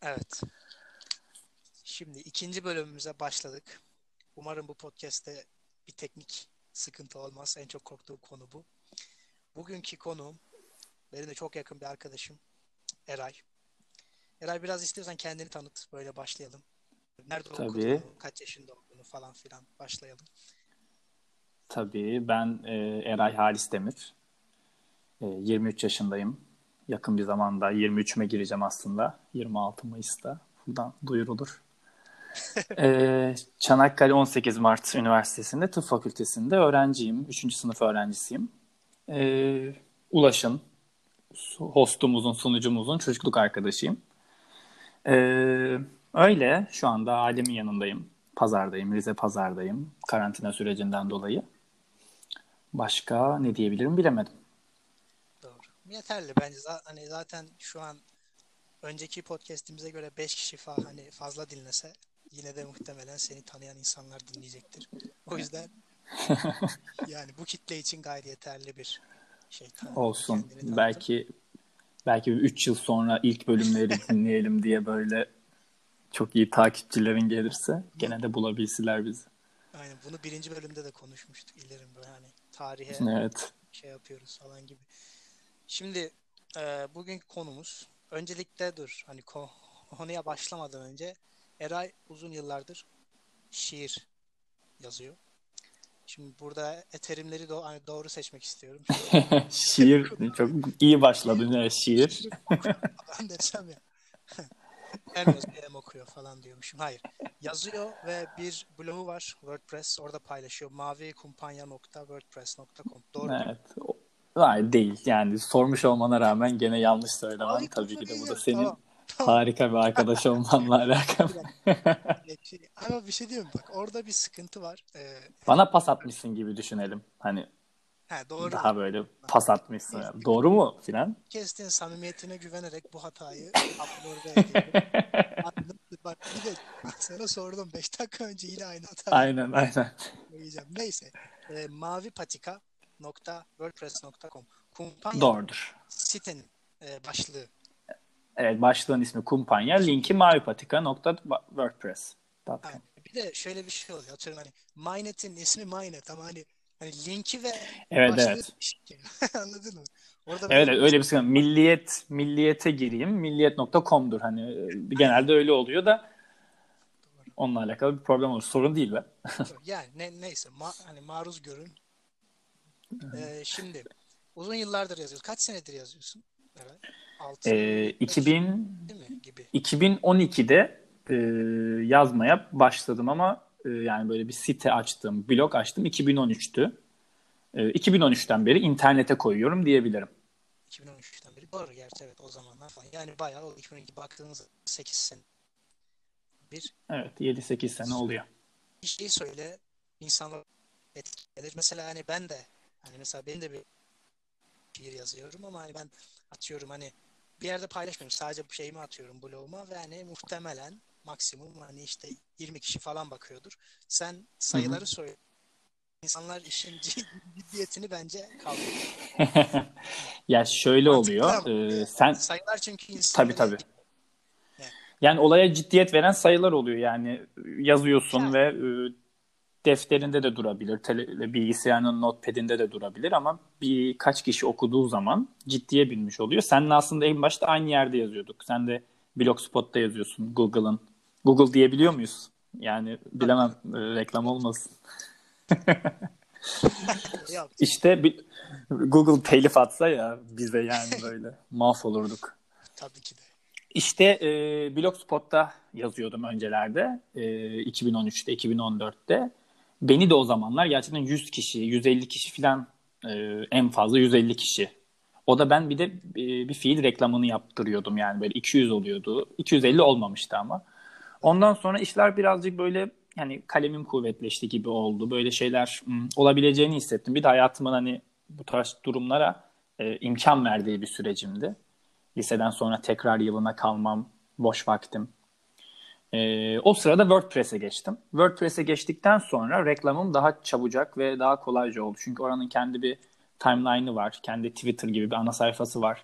Evet. Şimdi ikinci bölümümüze başladık. Umarım bu podcast'te bir teknik sıkıntı olmaz. En çok korktuğum konu bu. Bugünkü konuğum benim de çok yakın bir arkadaşım Eray. Eray biraz istiyorsan kendini tanıt. Böyle başlayalım. Nerede Tabii, okuduğunu, kaç yaşında olduğunu falan filan başlayalım. tabii. Ben Eray Halis Demir. 23 yaşındayım. Yakın bir zamanda 23'üme gireceğim aslında. 26 Mayıs'ta. Buradan duyurulur. Çanakkale 18 Mart Üniversitesi'nde Tıp Fakültesi'nde öğrenciyim. 3. sınıf öğrencisiyim. Ulaş'ın, hostumuzun, sunucumuzun çocukluk arkadaşıyım. Ee, Öyle. Şu anda ailemin yanındayım. Pazardayım, Rize Pazar'dayım. Karantina sürecinden dolayı. Başka ne diyebilirim bilemedim. Doğru. Yeterli bence. Hani zaten şu an önceki podcast'imize göre 5 kişi falan hani fazla dinlese yine de muhtemelen seni tanıyan insanlar dinleyecektir. O yüzden yani bu kitle için gayet yeterli bir Olsun. kendini tanıtım. Belki 3 yıl sonra ilk bölümleri dinleyelim diye böyle çok iyi takipçilerin gelirse Bunu gene de bulabilsinler bizi. aynen bunu birinci bölümde de konuşmuştuk. İlerim böyle hani tarihe Evet. yapıyoruz falan gibi. Şimdi bugünkü konumuz öncelikle hani konuya başlamadan önce Eray uzun yıllardır şiir yazıyor. Şimdi burada terimleri hani doğru seçmek istiyorum. Şöyle Şiir çok iyi şiir, başladı. Ne şiir? şiir okuyor falan desem ya. Hem yazıyor hem okuyor falan diyormuşum. Hayır. Yazıyor ve bir blogu var WordPress. Orada paylaşıyor. mavikumpanya.wordpress.com. Doğru değil mi? Evet. Hayır değil. Yani sormuş olmana rağmen gene yanlış Mavi söylemem. Tabii ki de bu da kumpa tamam. senin Tamam. harika bir arkadaş olmanla alakalı. Bir dakika. Ama bir şey diyeyim bak orada bir sıkıntı var. Bana pas atmışsın gibi düşünelim. Hani Doğrudur. daha böyle pas atmışsın. Yani. Kestik. Doğru mu filan? Podcast'in samimiyetine güvenerek bu hatayı absorbe ediyorum. Anladım. Bak bir de sana sordum 5 dakika önce yine aynı hatayı Aynen, aynen. söyleyeceğim. Neyse. Mavipatika.wordpress.com Kumpanya Doğrudur. sitenin başlığı. Evet, başlığın ismi Kumpanya. Linki mavipatika.wordpress.com. Aynen. Bir de şöyle bir şey oluyor. Atıyorum hani Mynet'in ismi Mynet ama hani linki ve Evet, başlığı evet. değişik. Anladın mı? Orada Evet, böyle evet, bir öyle bir sıkıntı. Milliyete gireyim. Milliyet.com'dur. Hani aynen. genelde öyle oluyor da Doğru. onunla alakalı bir problem olur. Sorun değil be. Doğru. Yani neyse hani maruz görün. Şimdi uzun yıllardır yazıyorsun. Kaç senedir yazıyorsun? Evet. 6-5 2000 değil mi gibi. 2012'de yazmaya başladım ama yani böyle bir site açtım, blog açtım 2013'tü. 2013'ten beri internete koyuyorum diyebilirim. 2013'ten beri. Doğru gerçi evet o zamanlar falan. Yani bayağı o 2012 baktığınız 8 sene. Bir Evet, 7-8 sene oluyor. bir şey söyle insanlar etkilenir. Mesela hani ben de hani mesela benim de bir şiir yazıyorum ama hani ben atıyorum hani bir yerde paylaşmıyorum. Sadece bu şeyimi atıyorum bloguma ve hani muhtemelen maksimum hani işte 20 kişi falan bakıyordur. Sen Hı hı. sayıları söyle. İnsanlar işin ciddiyetini bence kavrıyor. Ya şöyle Mantıklı oluyor. ama yani. Sen Sayılar çünkü tabii, insanları tabii. yani, Yani olaya ciddiyet veren sayılar oluyor. Yani yazıyorsun yani ve defterinde de durabilir, bilgisayarının notepad'inde de durabilir ama birkaç kişi okuduğu zaman ciddiye binmiş oluyor. Seninle aslında en başta aynı yerde yazıyorduk. Sen de Blogspot'ta yazıyorsun Google'ın. Google diyebiliyor aynen. muyuz? Yani Tabii bilemem, tabii. reklam Yok. olmasın. Yok. İşte Google telif atsa ya bize yani böyle mahvolurduk. Tabii ki de. İşte Blogspot'ta yazıyordum öncelerde. 2013'te, 2014'te. Beni de o zamanlar gerçekten 100 kişi, 150 kişi falan, en fazla 150 kişi. O da ben bir de bir fiil reklamını yaptırıyordum yani böyle 200 oluyordu. 250 olmamıştı ama. Aha. Ondan sonra işler birazcık böyle yani kalemim kuvvetleşti gibi oldu. Böyle şeyler olabileceğini hissettim. Bir de hayatımın hani bu tarz durumlara imkan verdiği bir sürecimdi. Liseden sonra tekrar yılına kalmam, boş vaktim. O sırada WordPress'e geçtim. WordPress'e geçtikten sonra reklamım daha çabucak ve daha kolayca oldu. Çünkü oranın kendi bir timeline'ı var. Kendi Twitter gibi bir ana sayfası var.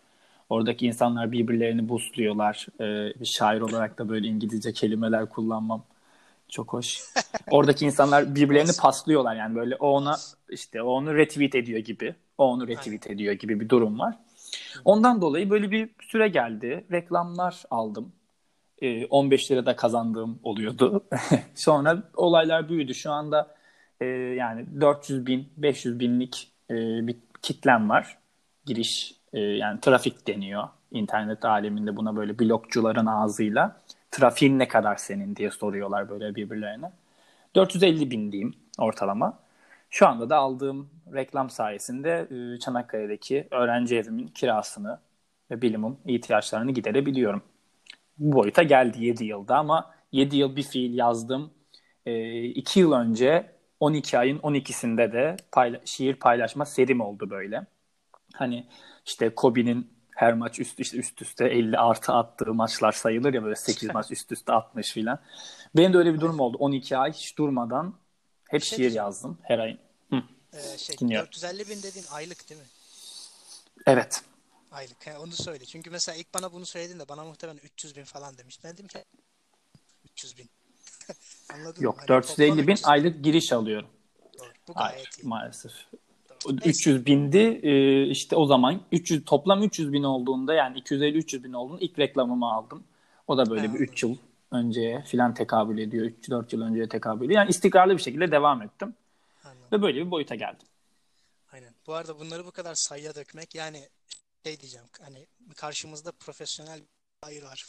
Oradaki insanlar birbirlerini busluyorlar. Bir şair olarak da böyle İngilizce kelimeler kullanmam çok hoş. Oradaki insanlar birbirlerini Olsun. paslıyorlar, yani böyle o ona Olsun. işte o onu retweet ediyor gibi. O onu Aynen. retweet ediyor gibi bir durum var. Hı hı. Ondan dolayı böyle bir süre geldi. Reklamlar aldım. 15 lira da kazandığım oluyordu. Sonra olaylar büyüdü. Şu anda yani 400 bin, 500 binlik bir kitlem var. Giriş yani trafik deniyor. İnternet aleminde buna böyle blogcuların ağzıyla. Trafiğin ne kadar senin diye soruyorlar böyle birbirlerine. 450 bin diyeyim ortalama. Şu anda da aldığım reklam sayesinde Çanakkale'deki öğrenci evimin kirasını ve bilimum ihtiyaçlarını giderebiliyorum. Bu boyuta geldi 7 yılda, ama 7 yıl bir fiil yazdım. 2 yıl önce 12 ayın 12'sinde de şiir paylaşma serim oldu böyle. Hani işte Kobe'nin her maç üst üste 50 artı attığı maçlar sayılır ya, böyle 8 maç üst üste 60 filan. Benim de öyle bir durum Aynen. oldu. 12 ay hiç durmadan Bir hep şey şiir diyeceğim. yazdım her ay. Hı, dinliyorum. 450 bin dediğin aylık değil mi? Evet. Aylık. He, onu söyle. Çünkü mesela ilk bana bunu söylediğinde bana muhtemelen 300 bin falan demiş. Ben dedim ki 300 bin. Anladın mı? Yok, Hani toplam 450 bin 300 bin. aylık giriş alıyorum. Doğru. Bu Hayır, gayet iyi. maalesef. Doğru. Neyse. 300 bindi. İşte o zaman 300, toplam 300 bin olduğunda, yani 250-300 bin olduğunda ilk reklamımı aldım. O da He, böyle bir 3 anladım. yıl önceye filan tekabül ediyor. 3-4 yıl önceye tekabül ediyor. Yani istikrarlı bir şekilde devam ettim. Anladım. Ve böyle bir boyuta geldim. Aynen. Bu arada bunları bu kadar sayıya dökmek yani şey diyeceğim. Hani karşımızda profesyonel bir hayır var.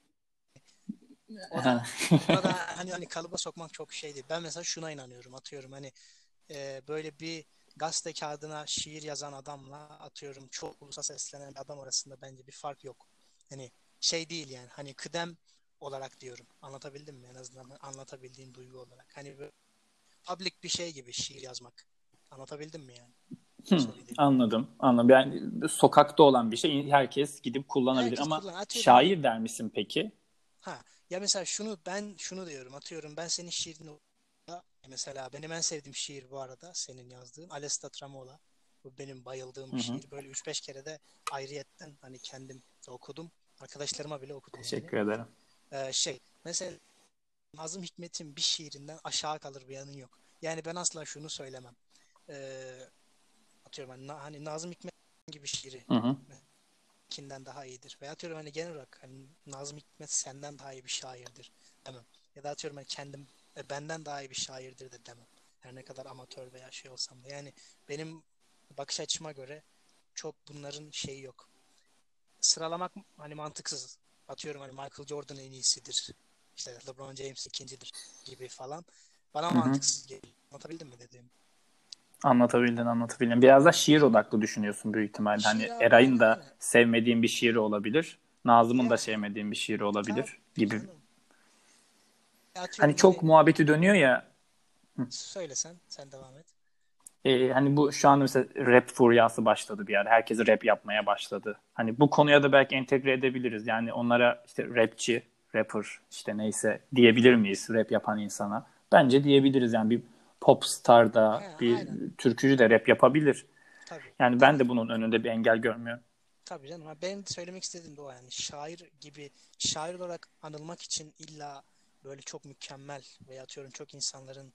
O da ona da hani kalıba sokmak çok şey değil. Ben mesela şuna inanıyorum. Atıyorum hani böyle bir gazete kağıdına şiir yazan adamla atıyorum çok ulusa seslenen bir adam arasında bence bir fark yok. Hani şey değil yani hani kıdem olarak diyorum. Anlatabildim mi? En azından anlatabildiğin duygu olarak. Hani böyle public bir şey gibi şiir yazmak. Anlatabildim mi yani? Söylediğim. Anladım, anladım. Yani sokakta olan bir şey, herkes gidip kullanabilir, Herkes ama kullan. Atıyorum hani şair der misin peki? ya mesela şunu diyorum. Atıyorum ben senin şiirini mesela benim en sevdiğim şiir bu arada senin yazdığın Alesta Tramola. Bu benim bayıldığım Hı bir hı. şiir. Böyle 3-5 kere de ayrıyetten hani kendim de okudum. Arkadaşlarıma bile okudum yani. Teşekkür ederim. Mesela Nazım Hikmet'in bir şiirinden aşağı kalır bir yanın yok. Yani ben asla şunu söylemem. Ee, atıyorum hani Nazım Hikmet gibi şiiri Hı hı. kinden daha iyidir. Veya atıyorum hani genel olarak hani Nazım Hikmet senden daha iyi bir şairdir demem. Ya da atıyorum hani kendim benden daha iyi bir şairdir de demem. Her ne kadar amatör veya şey olsam da. Yani benim bakış açıma göre çok bunların şeyi yok. Sıralamak hani mantıksız. Atıyorum hani Michael Jordan en iyisidir. İşte LeBron James ikincidir gibi falan. Bana Hı hı. mantıksız geliyor. Anlatabildim mi dediğim? Anlatabildin. Biraz da şiir odaklı düşünüyorsun büyük ihtimalle. Şiir Hani abi Eray'ın aynen da aynen. sevmediğin bir şiiri olabilir. Nazım'ın da Ya sevmediğin bir şiiri olabilir tabii gibi. canım. Hani Atıyorum çok hani muhabbeti dönüyor ya. söylesen sen devam et. Hani bu şu an mesela rap furyası başladı bir yer. Herkes rap yapmaya başladı. Hani bu konuya da belki entegre edebiliriz. Yani onlara işte rapçi, rapper işte neyse diyebilir miyiz rap yapan insana? Bence diyebiliriz. Yani bir pop star He, da bir aynen. türkücü de rap yapabilir. Tabii. Yani ben Tabii. de bunun önünde bir engel görmüyorum. Tabii canım. Ha, benim söylemek istediğim de o yani. Şair gibi şair olarak anılmak için illa böyle çok mükemmel veya atıyorum çok insanların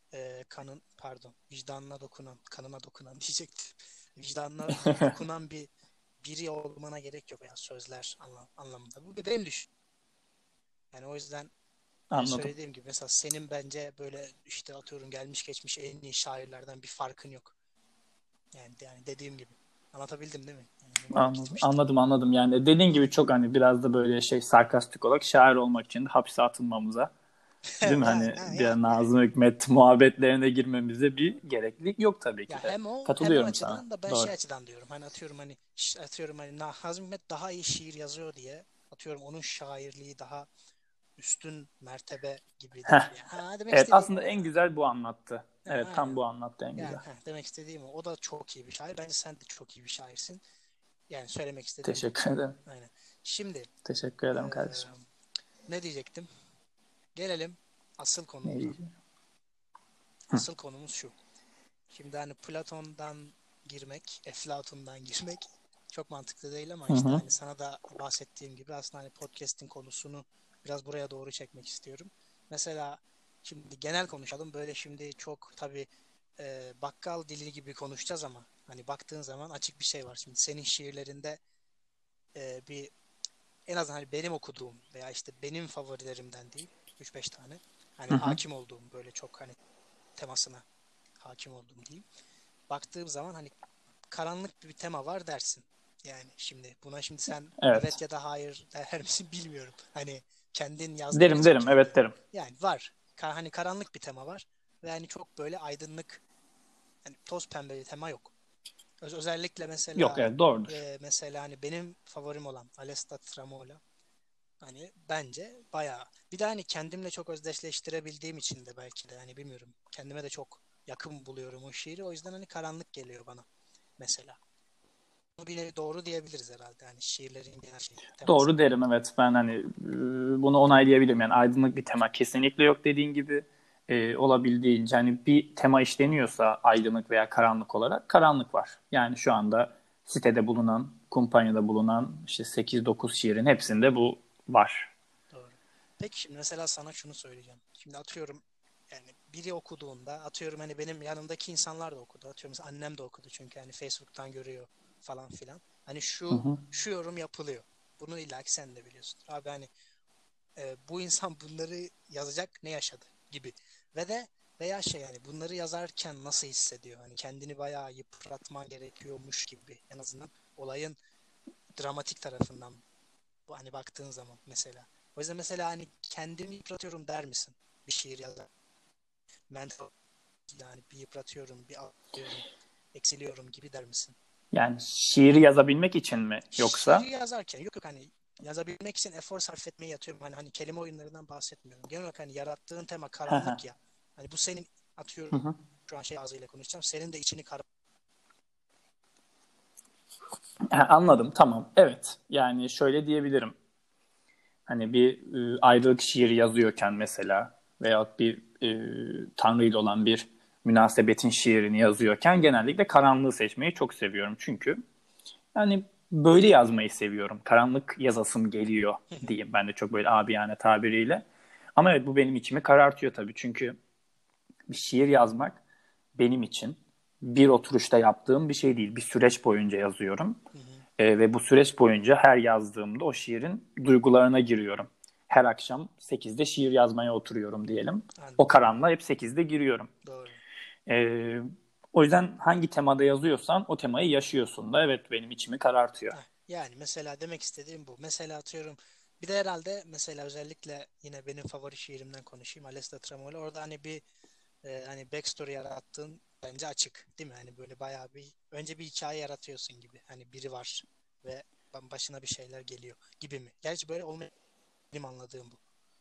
vicdanına dokunan, kanına dokunan diyecektim. Vicdanına dokunan biri olmana gerek yok yani sözler anlamında. Bu benim düşün. Yani o yüzden Anladım. söylediğim gibi mesela senin bence böyle işte atıyorum gelmiş geçmiş en iyi şairlerden bir farkın yok. Yani dediğim gibi. Anlatabildim değil mi? Yani umarım Anladım, gitmiştir. anladım. Yani dediğin gibi çok hani biraz da böyle şey sarkastik olarak şair olmak için de hapse atılmamıza, değil mi? Hani bir Yani. Nazım Hikmet muhabbetlerine girmemize bir gereklilik yok tabii Ya ki de. hem o Katılıyorum sana. açıdan da ben Doğru. şey açıdan diyorum. Hani atıyorum hani Nazım Hikmet daha iyi şiir yazıyor diye atıyorum onun şairliği daha üstün mertebe gibi değil. Heh. Yani, demek Evet, istediğim aslında o en yani. güzel bu anlattı. Evet, tam Aynen. bu anlattı en güzel. Yani demek istediğim o. O da çok iyi bir şair. Bence sen de çok iyi bir şairsin. Yani söylemek istediğim bu. Teşekkür ederim. Aynen. Şimdi Teşekkür ederim eee, kardeşim. ne diyecektim? Gelelim asıl Ne konumuza. diyeceğim? Asıl konumuz şu. Şimdi hani Platon'dan girmek, Eflatun'dan girmek Çok mantıklı değil ama Hı işte hı. hani sana da bahsettiğim gibi aslında hani podcast'in konusunu biraz buraya doğru çekmek istiyorum. Mesela şimdi genel konuşalım. Böyle şimdi çok tabii bakkal dili gibi konuşacağız ama hani baktığın zaman açık bir şey var. Şimdi senin şiirlerinde bir en azından hani benim okuduğum veya işte benim favorilerimden diyeyim 3-5 tane. Hani Hı hı. hakim olduğum böyle çok hani temasına hakim olduğum diyeyim. Baktığım zaman hani karanlık bir tema var dersin. Yani şimdi buna şimdi sen Evet. evet ya da hayır der misin bilmiyorum. Hani kendin yazdığın Derim için derim. Evet çünkü derim. yani var. Hani karanlık bir tema var ve hani çok böyle aydınlık hani toz pembe bir tema yok. Özellikle Yok, mesela evet, doğrudur. mesela hani benim favorim olan Alesta Tramola hani bence bayağı bir de hani kendimle çok özdeşleştirebildiğim için de belki de hani bilmiyorum kendime de çok yakın buluyorum o şiiri o yüzden hani karanlık geliyor bana mesela. Bu bir nevi doğru diyebiliriz herhalde. Yani şiirlerin genel şey teması. Doğru derim, evet. Ben hani bunu onaylayabilirim. Yani aydınlık bir tema kesinlikle yok, dediğin gibi. Olabildiğince hani bir tema işleniyorsa aydınlık veya karanlık olarak karanlık var. Yani şu anda sitede bulunan, kumpanyada bulunan işte 8-9 şiirin hepsinde bu var. Doğru. Peki şimdi mesela sana şunu söyleyeceğim. Şimdi atıyorum yani biri okuduğunda atıyorum hani benim yanımdaki insanlar da okudu. Atıyorum mesela annem de okudu çünkü hani Facebook'tan görüyor falan filan. Hani Hı şu hı. şu yorum yapılıyor. Bunu illaki sen de biliyorsun. Abi hani bu insan bunları yazacak ne yaşadı gibi. Ve de veya şey yani bunları yazarken nasıl hissediyor? Hani kendini bayağı yıpratman gerekiyormuş gibi en azından olayın dramatik tarafından bu hani baktığın zaman mesela. O yüzden mesela hani kendimi yıpratıyorum der misin? Bir şiir yazar. Mental yani bir yıpratıyorum, bir atlıyorum, eksiliyorum gibi der misin? Yani şiiri yazabilmek için mi Şiiri yoksa? yazarken yok hani yazabilmek için efor sarf etmeyi yatıyorum. Hani kelime oyunlarından bahsetmiyorum. Genel olarak hani yarattığın tema karanlık ya. Hani bu senin Hı atıyorum hı. şu an şey ağzıyla konuşacağım. Senin de içini Anladım, tamam. Evet, yani şöyle diyebilirim. Hani bir ayrılık şiiri yazıyorken mesela veyahut bir Tanrı ile olan bir münasebetin şiirini yazıyorken genellikle karanlığı seçmeyi çok seviyorum. Çünkü yani böyle yazmayı seviyorum. Karanlık yazasım geliyor diyeyim ben de, çok böyle abiyane tabiriyle. Ama evet, bu benim içimi karartıyor tabii. Çünkü bir şiir yazmak benim için bir oturuşta yaptığım bir şey değil. Bir süreç boyunca yazıyorum. Hı hı. Ve bu süreç boyunca her yazdığımda o şiirin duygularına giriyorum. Her akşam 8'de şiir yazmaya oturuyorum diyelim. O Anladım. karanlığa hep 8'de giriyorum. Doğru. Ee, O yüzden hangi temada yazıyorsan o temayı yaşıyorsun da, evet, benim içimi karartıyor. Heh, yani mesela demek istediğim bu. Mesela atıyorum bir de herhalde mesela özellikle yine benim favori şiirimden konuşayım. Alesta Tramola. Orada hani bir hani backstory yarattığın bence açık değil mi? Hani böyle bayağı bir önce bir hikaye yaratıyorsun gibi. Hani biri var ve başına bir şeyler geliyor gibi mi? Gerçi böyle olmuyor benim anladığım bu.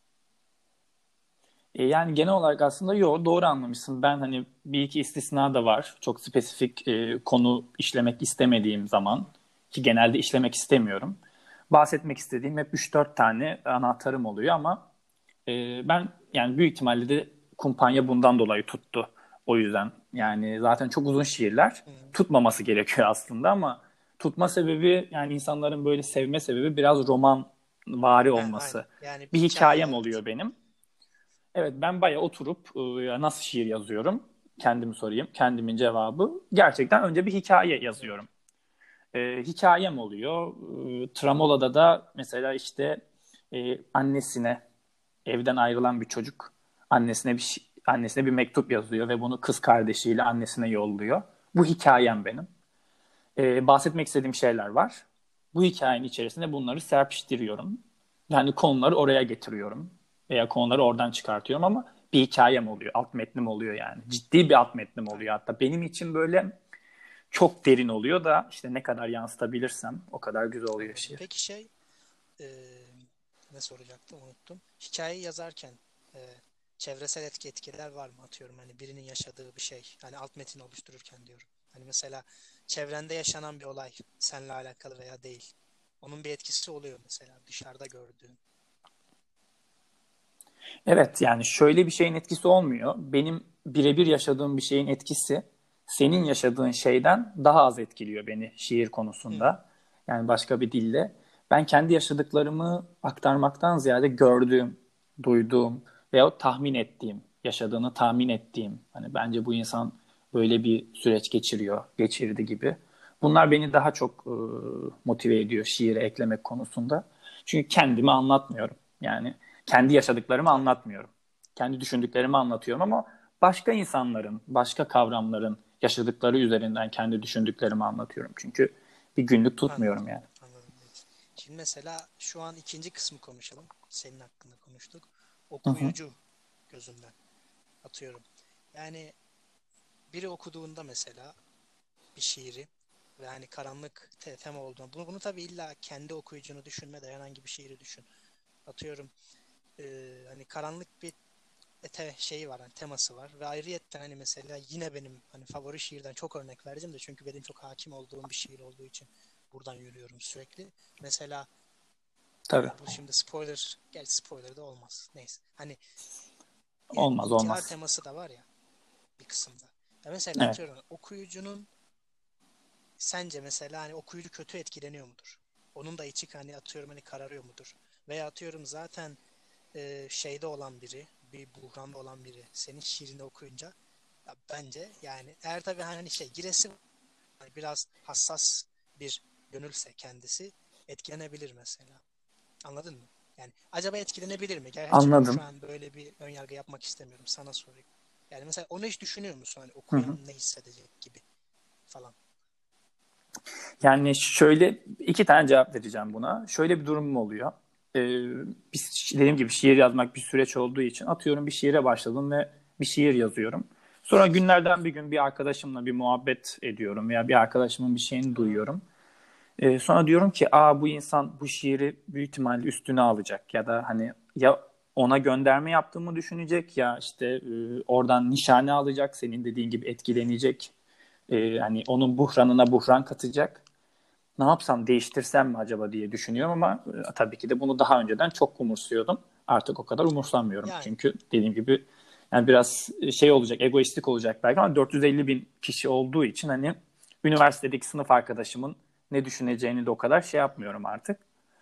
Yani genel olarak aslında doğru anlamışsın. Ben hani bir iki istisna da var. Çok spesifik konu işlemek istemediğim Hı zaman, hı. ki genelde işlemek istemiyorum. Bahsetmek istediğim hep 3-4 tane anahtarım oluyor ama ben yani büyük ihtimalle de kumpanya bundan dolayı tuttu. O yüzden yani zaten çok uzun şiirler, Hı hı. tutmaması gerekiyor aslında ama tutma sebebi, yani insanların böyle sevme sebebi biraz roman vari Ha, aynen. olması. Yani bir Bir hikaye hikayem evet. oluyor benim. Evet, ben bayağı oturup nasıl şiir yazıyorum? Kendimi sorayım. Kendimin cevabı. Gerçekten önce bir hikaye Evet. yazıyorum. Hikayem oluyor. Tramola'da da mesela işte annesine, evden ayrılan bir çocuk annesine bir mektup yazıyor ve bunu kız kardeşiyle annesine yolluyor. Bu hikayem benim. Bahsetmek istediğim şeyler var. Bu hikayenin içerisinde bunları serpiştiriyorum. Yani konuları oraya getiriyorum. Veya konuları oradan çıkartıyorum ama bir hikayem oluyor. Alt metnim oluyor yani. Ciddi bir alt metnim oluyor Aynen. hatta. Benim için böyle çok derin oluyor da işte ne kadar yansıtabilirsem o kadar güzel oluyor Anladım. şiir. Peki şey ne soracaktım unuttum. Hikayeyi yazarken çevresel etkiler var mı atıyorum hani birinin yaşadığı bir şey hani alt metin oluştururken diyorum. Hani mesela çevrende yaşanan bir olay seninle alakalı veya değil. Onun bir etkisi oluyor mesela dışarıda gördüğün. Evet, yani şöyle bir şeyin etkisi olmuyor. Benim birebir yaşadığım bir şeyin etkisi senin yaşadığın şeyden daha az etkiliyor beni şiir Hı hı. konusunda. Yani başka bir dille. Ben kendi yaşadıklarımı aktarmaktan ziyade gördüğüm, duyduğum veyahut tahmin ettiğim, yaşadığını tahmin ettiğim, hani bence bu insan böyle bir süreç geçiriyor, geçirdi gibi. Bunlar beni daha çok motive ediyor şiire eklemek konusunda. Çünkü kendimi anlatmıyorum. Yani kendi yaşadıklarımı Tabii. anlatmıyorum. Kendi düşündüklerimi anlatıyorum ama başka insanların, başka kavramların yaşadıkları üzerinden kendi düşündüklerimi anlatıyorum. Çünkü bir günlük tutmuyorum Anladım. yani. Anladım. Evet. Şimdi mesela şu an ikinci kısmı konuşalım. Senin hakkında konuştuk. Hı hı. Okuyucu gözünden atıyorum. Yani biri okuduğunda mesela bir şiiri ve hani karanlık tema olduğunu. Bunu tabii illa kendi okuyucunu düşünme de herhangi bir şiiri düşün. Atıyorum hani karanlık bir şeyi var, hani teması var ve ayrıyetten hani mesela yine benim hani favori şiirden çok örnek vereceğim de çünkü benim çok hakim olduğum bir şiir olduğu için buradan yürüyorum sürekli. Mesela Tabii. bu şimdi spoiler, gerçi spoiler da olmaz. Neyse. Hani Olmaz intihar olmaz. teması da var ya bir kısımda. Ya mesela Evet. atıyorum okuyucunun sence mesela hani okuyucu kötü etkileniyor mudur? Onun da içi hani atıyorum hani kararıyor mudur? Veya atıyorum zaten şeyde olan biri, bir buhranda olan biri senin şiirini okuyunca ya bence yani eğer tabii hani şey giresi hani biraz hassas bir gönülse kendisi etkilenebilir mesela. Anladın mı? Yani acaba etkilenebilir mi? Gerçi şu Anladım. an böyle bir önyargı yapmak istemiyorum. Sana sorayım. Yani mesela onu hiç düşünüyor musun? Hani Hı hı. okuyan ne hissedecek gibi falan. Yani şöyle iki tane cevap vereceğim buna. Şöyle bir durum mu oluyor? Ee, dediğim gibi şiir yazmak bir süreç olduğu için atıyorum bir şiire başladım ve bir şiir yazıyorum. Sonra günlerden bir gün bir arkadaşımla bir muhabbet ediyorum veya bir arkadaşımın bir şeyini Aha. duyuyorum. Sonra diyorum ki bu insan bu şiiri büyük ihtimalle üstüne alacak ya da hani ya ona gönderme yaptığımı düşünecek ya işte oradan nişane alacak senin dediğin gibi etkilenecek. Hani onun buhranına buhran katacak. Ne yapsam değiştirsem mi acaba diye düşünüyorum ama tabii ki de bunu daha önceden çok umursuyordum. Artık o kadar umursamıyorum. Yani Çünkü dediğim gibi yani biraz şey olacak, egoistik olacak belki ama 450 bin kişi olduğu için hani üniversitedeki sınıf arkadaşımın ne düşüneceğini de o kadar şey yapmıyorum artık.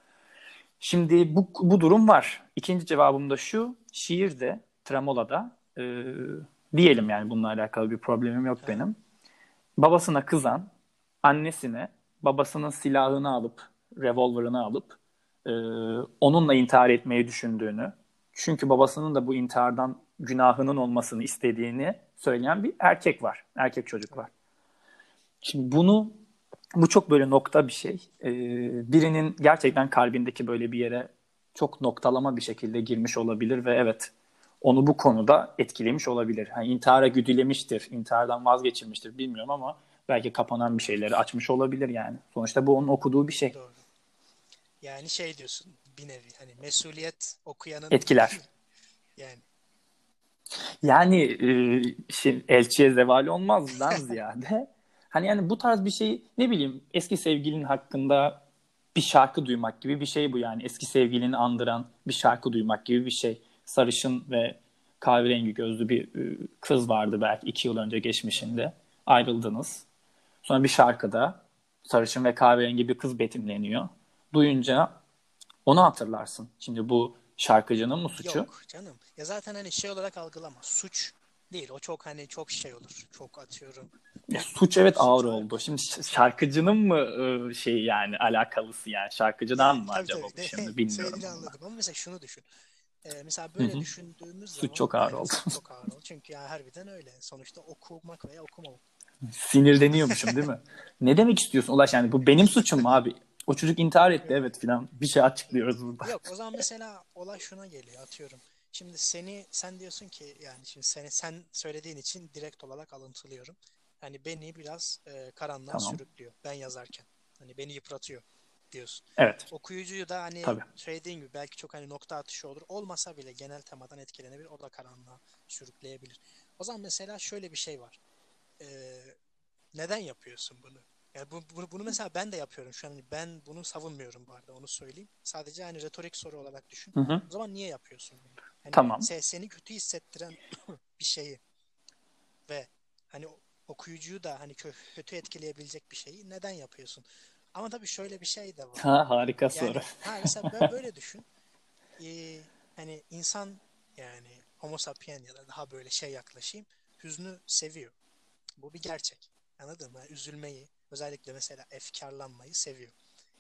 Şimdi bu durum var. İkinci cevabım da şu, şiirde, Tremola'da diyelim yani bununla alakalı bir problemim yok aha. benim. Babasına kızan, annesine babasının silahını alıp, revolver'ını alıp e, onunla intihar etmeyi düşündüğünü, çünkü babasının da bu intihardan günahının olmasını istediğini söyleyen bir erkek var. Erkek çocuk Evet. var. Şimdi bu çok böyle nokta bir şey. Birinin gerçekten kalbindeki böyle bir yere çok noktalama bir şekilde girmiş olabilir ve evet onu bu konuda etkilemiş olabilir. Hani intihara güdülemiştir, intihardan vazgeçirmiştir bilmiyorum ama belki kapanan bir şeyleri açmış olabilir yani. Sonuçta bu onun okuduğu bir şey. Doğru. Yani şey diyorsun bir nevi hani mesuliyet okuyanın Etkiler. yani. Yani elçiye zeval olmazdan ziyade hani yani bu tarz bir şey ne bileyim eski sevgilinin hakkında bir şarkı duymak gibi bir şey bu yani. Eski sevgilini andıran bir şarkı duymak gibi bir şey. Sarışın ve kahverengi gözlü bir kız vardı belki 2 yıl önce Aha. geçmişinde. Ayrıldınız. Sonra bir şarkıda sarışın ve kahverengi bir kız betimleniyor. Duyunca onu hatırlarsın. Şimdi bu şarkıcının mı suçu? Yok canım. Ya zaten hani şey olarak algılama. Suç değil. O çok hani çok şey olur. Çok atıyorum. Ya Bir suç evet ağır suç oldu. olarak Şimdi şey şarkıcının mı şey yani alakalısı yani şarkıcıdan yani mı tabii acaba tabii bu de şimdi bilmiyorum söylediğini onu da. anladım ama mesela şunu düşün. Mesela Hı böyle hı. düşündüğümüz Suç zaman çok ağır aynen oldu. suç çok ağır olur. Çünkü ya harbiden öyle. Sonuçta okumak veya okumamak. Sinirleniyormuşum değil mi? Ne demek istiyorsun Ulaş yani bu benim suçum mu abi? O çocuk intihar etti Yani, evet filan. Bir şey açıklıyoruz burada. yok o zaman mesela olay şuna geliyor atıyorum. Şimdi sen diyorsun ki yani şimdi sen söylediğin için direkt olarak alıntılıyorum. Hani beni biraz karanlığa Tamam. sürüklüyor ben yazarken. Hani beni yıpratıyor diyorsun. Evet. Okuyucuyu da hani Tabii. söylediğin gibi belki çok hani nokta atışı olur. Olmasa bile genel temadan etkilenebilir. O da karanlığa sürükleyebilir. O zaman mesela şöyle bir şey var. Ee, Neden yapıyorsun bunu? Yani bunu mesela ben de yapıyorum şu an. Hani ben bunu savunmuyorum bu arada onu söyleyeyim. Sadece hani retorik soru olarak düşün. Hı hı. O zaman niye yapıyorsun bunu? Hani Tamam. seni kötü hissettiren bir şeyi ve hani okuyucuyu da hani kötü etkileyebilecek bir şeyi neden yapıyorsun? Ama tabii şöyle bir şey de var. Ha, harika soru. Yani mesela böyle düşün. Hani insan, yani Homo sapien ya da daha böyle şey yaklaşayım. Hüznü seviyor. Bu bir gerçek. Anladın mı? Yani üzülmeyi, özellikle mesela efkarlanmayı seviyor.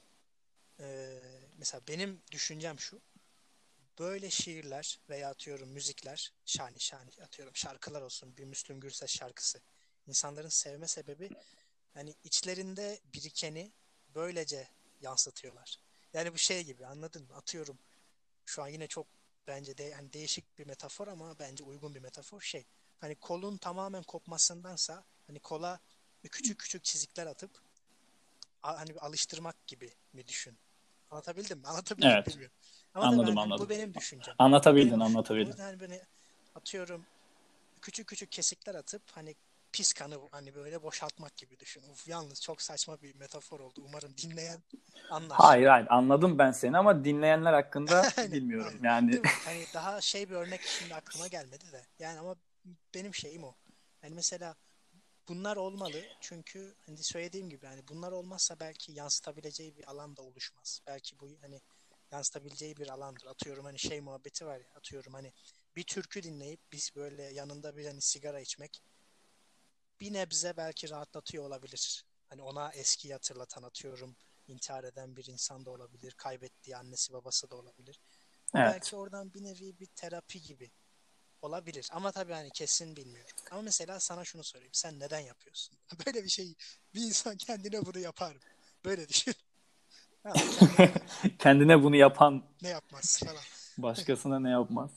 Mesela benim düşüncem şu. Böyle şiirler veya atıyorum müzikler, şani şani atıyorum şarkılar olsun, bir Müslüm Gürses şarkısı. İnsanların sevme sebebi, yani içlerinde birikeni böylece yansıtıyorlar. Yani bu şey gibi, anladın mı? Atıyorum, şu an yine çok bence de yani değişik bir metafor ama bence uygun bir metafor, şey. Hani kolun tamamen kopmasındansa hani kola küçük küçük çizikler atıp hani bir alıştırmak gibi mi düşün? Anlatabildim mi? Anlatabildim Evet. bilmiyorum. Ama tabii Anladım, hani bu anladım. benim düşüncem. Bu benim Anlatabildin, düşüncem. O anlatabildin. yüzden hani beni atıyorum küçük küçük kesikler atıp hani pis kanı hani böyle boşaltmak gibi düşün. Uf, yalnız çok saçma bir metafor oldu. Umarım dinleyen anlar. Hayır, hayır, anladım ben seni ama dinleyenler hakkında Aynen, bilmiyorum. aynen. Yani Değil mi? Hani daha şey bir örnek şimdi aklıma gelmedi de. Yani ama benim şeyim o. Yani mesela bunlar olmalı çünkü hani söylediğim gibi hani bunlar olmazsa belki yansıtabileceği bir alan da oluşmaz. Belki bu hani yansıtabileceği bir alandır. Atıyorum hani şey muhabbeti var ya, atıyorum hani bir türkü dinleyip biz böyle yanında bir hani sigara içmek bir nebze belki rahatlatıyor olabilir. Hani ona eskiyi hatırlatan, atıyorum intihar eden bir insan da olabilir, kaybettiği annesi babası da olabilir. O evet. belki oradan bir nevi bir terapi gibi olabilir. Ama tabii hani kesin bilmiyorum. Ama mesela sana şunu sorayım. Sen neden yapıyorsun? Böyle bir şey, bir insan kendine bunu yapar mı? Böyle düşün. Tamam, kendine Kendine bunu yapan ne yapmaz falan. başkasına ne yapmaz?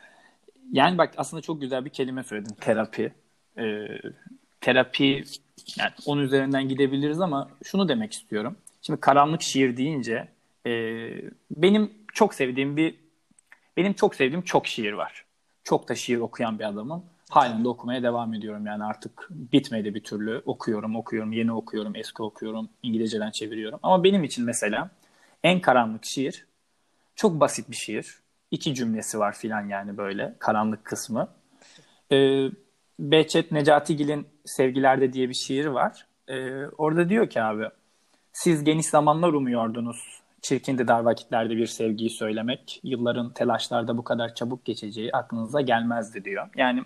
Yani bak, aslında çok güzel bir kelime söyledin. Evet. Terapi. Ee, terapi, yani onun üzerinden gidebiliriz ama şunu demek istiyorum. Şimdi karanlık Hı hı. şiir deyince e, benim çok sevdiğim benim çok sevdiğim çok şiir var. Çok da şiir okuyan bir adamım. Halen Tabii. de okumaya devam ediyorum. Yani artık bitmedi bir türlü. Okuyorum, yeni okuyorum, eski okuyorum, İngilizceden çeviriyorum. Ama benim için mesela en karanlık şiir çok basit bir şiir. İki cümlesi var filan, yani böyle karanlık kısmı. Ee, Behçet Necatigil'in Sevgilerde diye bir şiir var. Orada diyor ki abi, siz geniş zamanlar umuyordunuz. Çirkindi dar vakitlerde bir sevgiyi söylemek. Yılların telaşlarda bu kadar çabuk geçeceği aklınıza gelmezdi diyor. Yani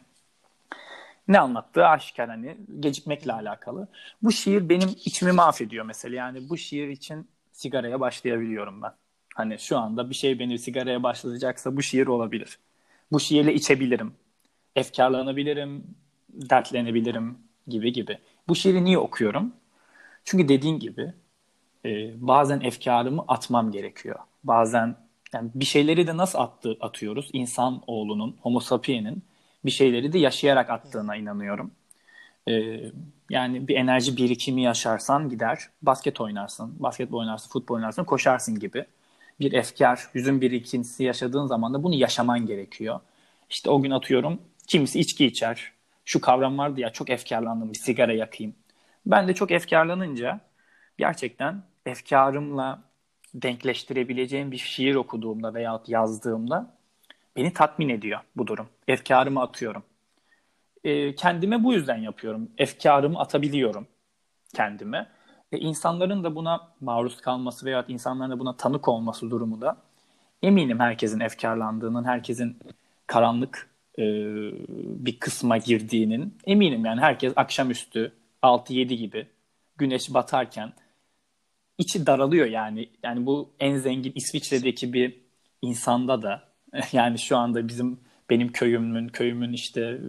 ne anlattığı aşikar, hani Hı gecikmekle hı. alakalı. Bu şiir benim içimi mahvediyor mesela. Yani bu şiir için sigaraya başlayabiliyorum ben. Hani şu anda bir şey beni sigaraya başlatacaksa bu şiir olabilir. Bu şiirle içebilirim. Efkarlanabilirim, dertlenebilirim gibi gibi. Bu şiiri niye okuyorum? Çünkü dediğin gibi bazen efkarımı atmam gerekiyor. Bazen yani bir şeyleri de nasıl atıyoruz? İnsan oğlunun, Homo sapiens'in bir şeyleri de yaşayarak Hı hı. attığına inanıyorum. E, Yani bir enerji birikimi yaşarsan gider, basket oynarsın, basketbol oynarsın, futbol oynarsın, koşarsın gibi. Bir efkar, hüzün birikintisi yaşadığın zaman da bunu yaşaman gerekiyor. İşte o gün atıyorum, kimisi içki içer. Şu kavram vardı ya, çok efkarlandım, bir sigara Evet. yakayım. Ben de çok efkarlanınca gerçekten efkarımla denkleştirebileceğim bir şiir okuduğumda veyahut yazdığımda beni tatmin ediyor bu durum. Hı Efkarımı hı. atıyorum. Kendime bu yüzden yapıyorum. Efkarımı atabiliyorum kendime. İnsanların da buna maruz kalması veyahut insanların da buna tanık olması durumunda eminim herkesin efkarlandığının, herkesin karanlık bir kısma girdiğinin eminim. Yani herkes akşamüstü 6-7 gibi güneş batarken içi daralıyor yani. Yani bu en zengin İsviçre'deki bir insanda da yani şu anda benim köyümün işte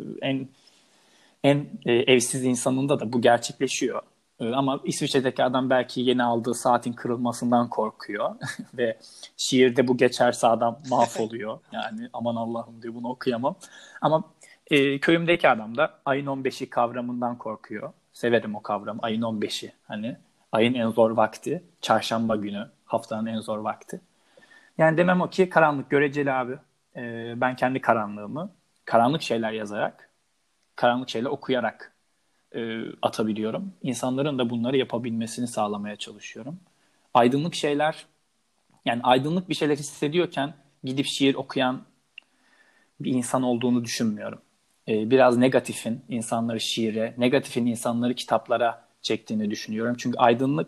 en evsiz insanında da bu gerçekleşiyor. Ama İsviçre'deki adam belki yeni aldığı saatin kırılmasından korkuyor ve şiirde bu geçerse adam mahvoluyor. Yani aman Allah'ım diyor, bunu okuyamam. Ama köyümdeki adam da ayın 15'i kavramından korkuyor. Severim o kavramı, ayın 15'i. Hani ayın en zor vakti, çarşamba günü, haftanın en zor vakti. Yani demem o ki karanlık göreceli abi. Ben kendi karanlığımı karanlık şeyler yazarak, karanlık şeyler okuyarak atabiliyorum. İnsanların da bunları yapabilmesini sağlamaya çalışıyorum. Aydınlık şeyler, yani aydınlık bir şeyler hissediyorken gidip şiir okuyan bir insan olduğunu düşünmüyorum. Biraz negatifin insanları şiire, negatifin insanları kitaplara çektiğini düşünüyorum. Çünkü aydınlık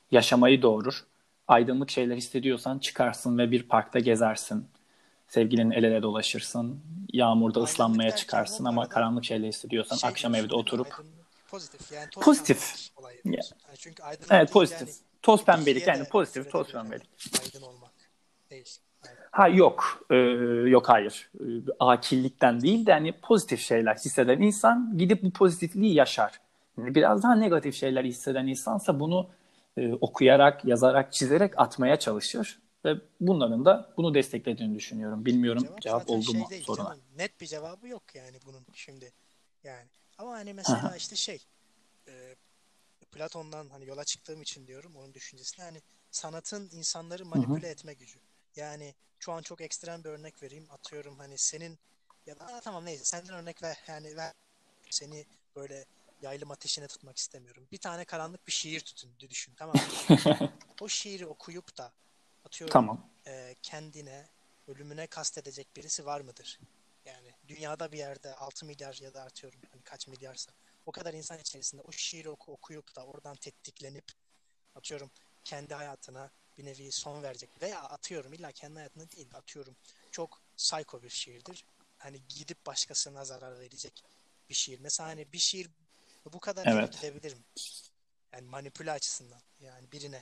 yaşamayı doğurur. Aydınlık şeyler hissediyorsan çıkarsın ve bir parkta gezersin. Sevgilinin el ele dolaşırsın. Yağmurda Aydınlık ıslanmaya derken çıkarsın ama bu ama arada karanlık şeyler hissediyorsan şey akşam evde diyorsun değil mi? oturup Aydınlık pozitif. Yani toz pozitif. pembelik olayı Ya, diyorsun. Yani çünkü evet, aydınlık deyince pozitif. hani Toz bu pembelik bilgiye yani de pozitif toz sürülebilir hani. pembelik. Aydın olmak değil. Aydın. Ha yok. Yok hayır. Akillikten değil de hani pozitif şeyler hisseden insan gidip bu pozitifliği yaşar. Yani biraz daha negatif şeyler hisseden insansa bunu okuyarak, yazarak, çizerek atmaya çalışır. Ve bunların da bunu desteklediğini düşünüyorum. Bilmiyorum Cevap cevap zaten oldu şey mu değil soruna. canım. Net bir cevabı yok yani bunun şimdi. Yani ama hani Hı hı. mesela işte şey e, Platon'dan hani yola çıktığım için diyorum onun düşüncesine hani sanatın insanları Hı hı. manipüle etme gücü. Yani şu an çok ekstrem bir örnek vereyim. Atıyorum hani senin ya da tamam neyse senden örnek ver yani seni böyle yaylım ateşine tutmak istemiyorum. Bir tane karanlık bir şiir tutun düşün tamam mı? O şiiri okuyup da atıyorum Tamam. kendine ölümüne kastedecek birisi var mıdır? Yani dünyada bir yerde 6 milyar ya da atıyorum hani kaç milyarsa o kadar insan içerisinde o şiiri okuyup da oradan tetiklenip atıyorum kendi hayatına bir nevi son verecek veya atıyorum illa kendi hayatına değil atıyorum çok psycho bir şiirdir. Hani gidip başkasına zarar verecek bir şiir. Mesela hani bir şiir bu kadar ileri Evet. gidebilir mi? Yani manipüle açısından yani birine.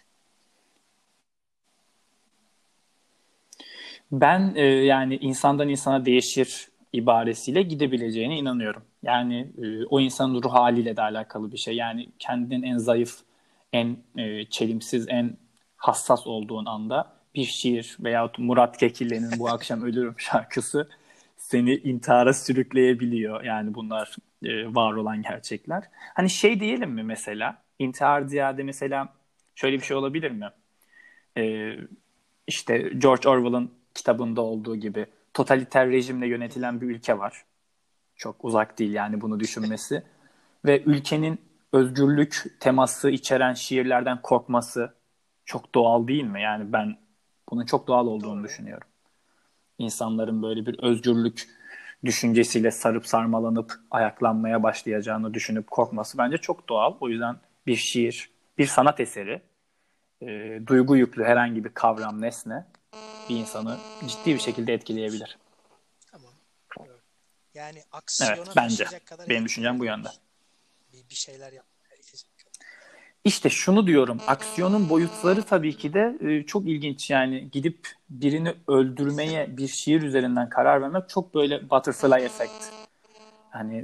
Ben yani insandan insana değişir ibaresiyle gidebileceğine inanıyorum. Yani o insanın ruh haliyle de alakalı bir şey. Yani kendinin en zayıf, en çelimsiz, en hassas olduğun anda bir şiir veyahut Murat Kekilli'nin Bu Akşam Ölürüm şarkısı seni intihara sürükleyebiliyor. Yani bunlar var olan gerçekler. Hani şey diyelim mi mesela? İntihar ziyade mesela şöyle bir şey olabilir mi? E, işte George Orwell'ın kitabında olduğu gibi totaliter rejimle yönetilen bir ülke var. Çok uzak değil yani bunu düşünmesi. Ve ülkenin özgürlük teması içeren şiirlerden korkması çok doğal değil mi? Yani ben bunun çok doğal olduğunu Doğru. düşünüyorum. İnsanların böyle bir özgürlük düşüncesiyle sarıp sarmalanıp ayaklanmaya başlayacağını düşünüp Doğru. korkması bence çok doğal. O yüzden bir şiir, bir sanat eseri, duygu yüklü herhangi bir kavram, nesne bir insanı ciddi bir şekilde etkileyebilir. Tamam. Doğru. Yani Evet, aksiyona bence. taşıyacak kadar Benim düşüncem bu etkileyebiliyor yönde. musun? Bir şeyler yapmaya itecek kadar. İşte şunu diyorum, aksiyonun boyutları tabii ki de çok ilginç. Yani gidip birini öldürmeye bir şiir üzerinden karar vermek çok böyle butterfly effect. Hani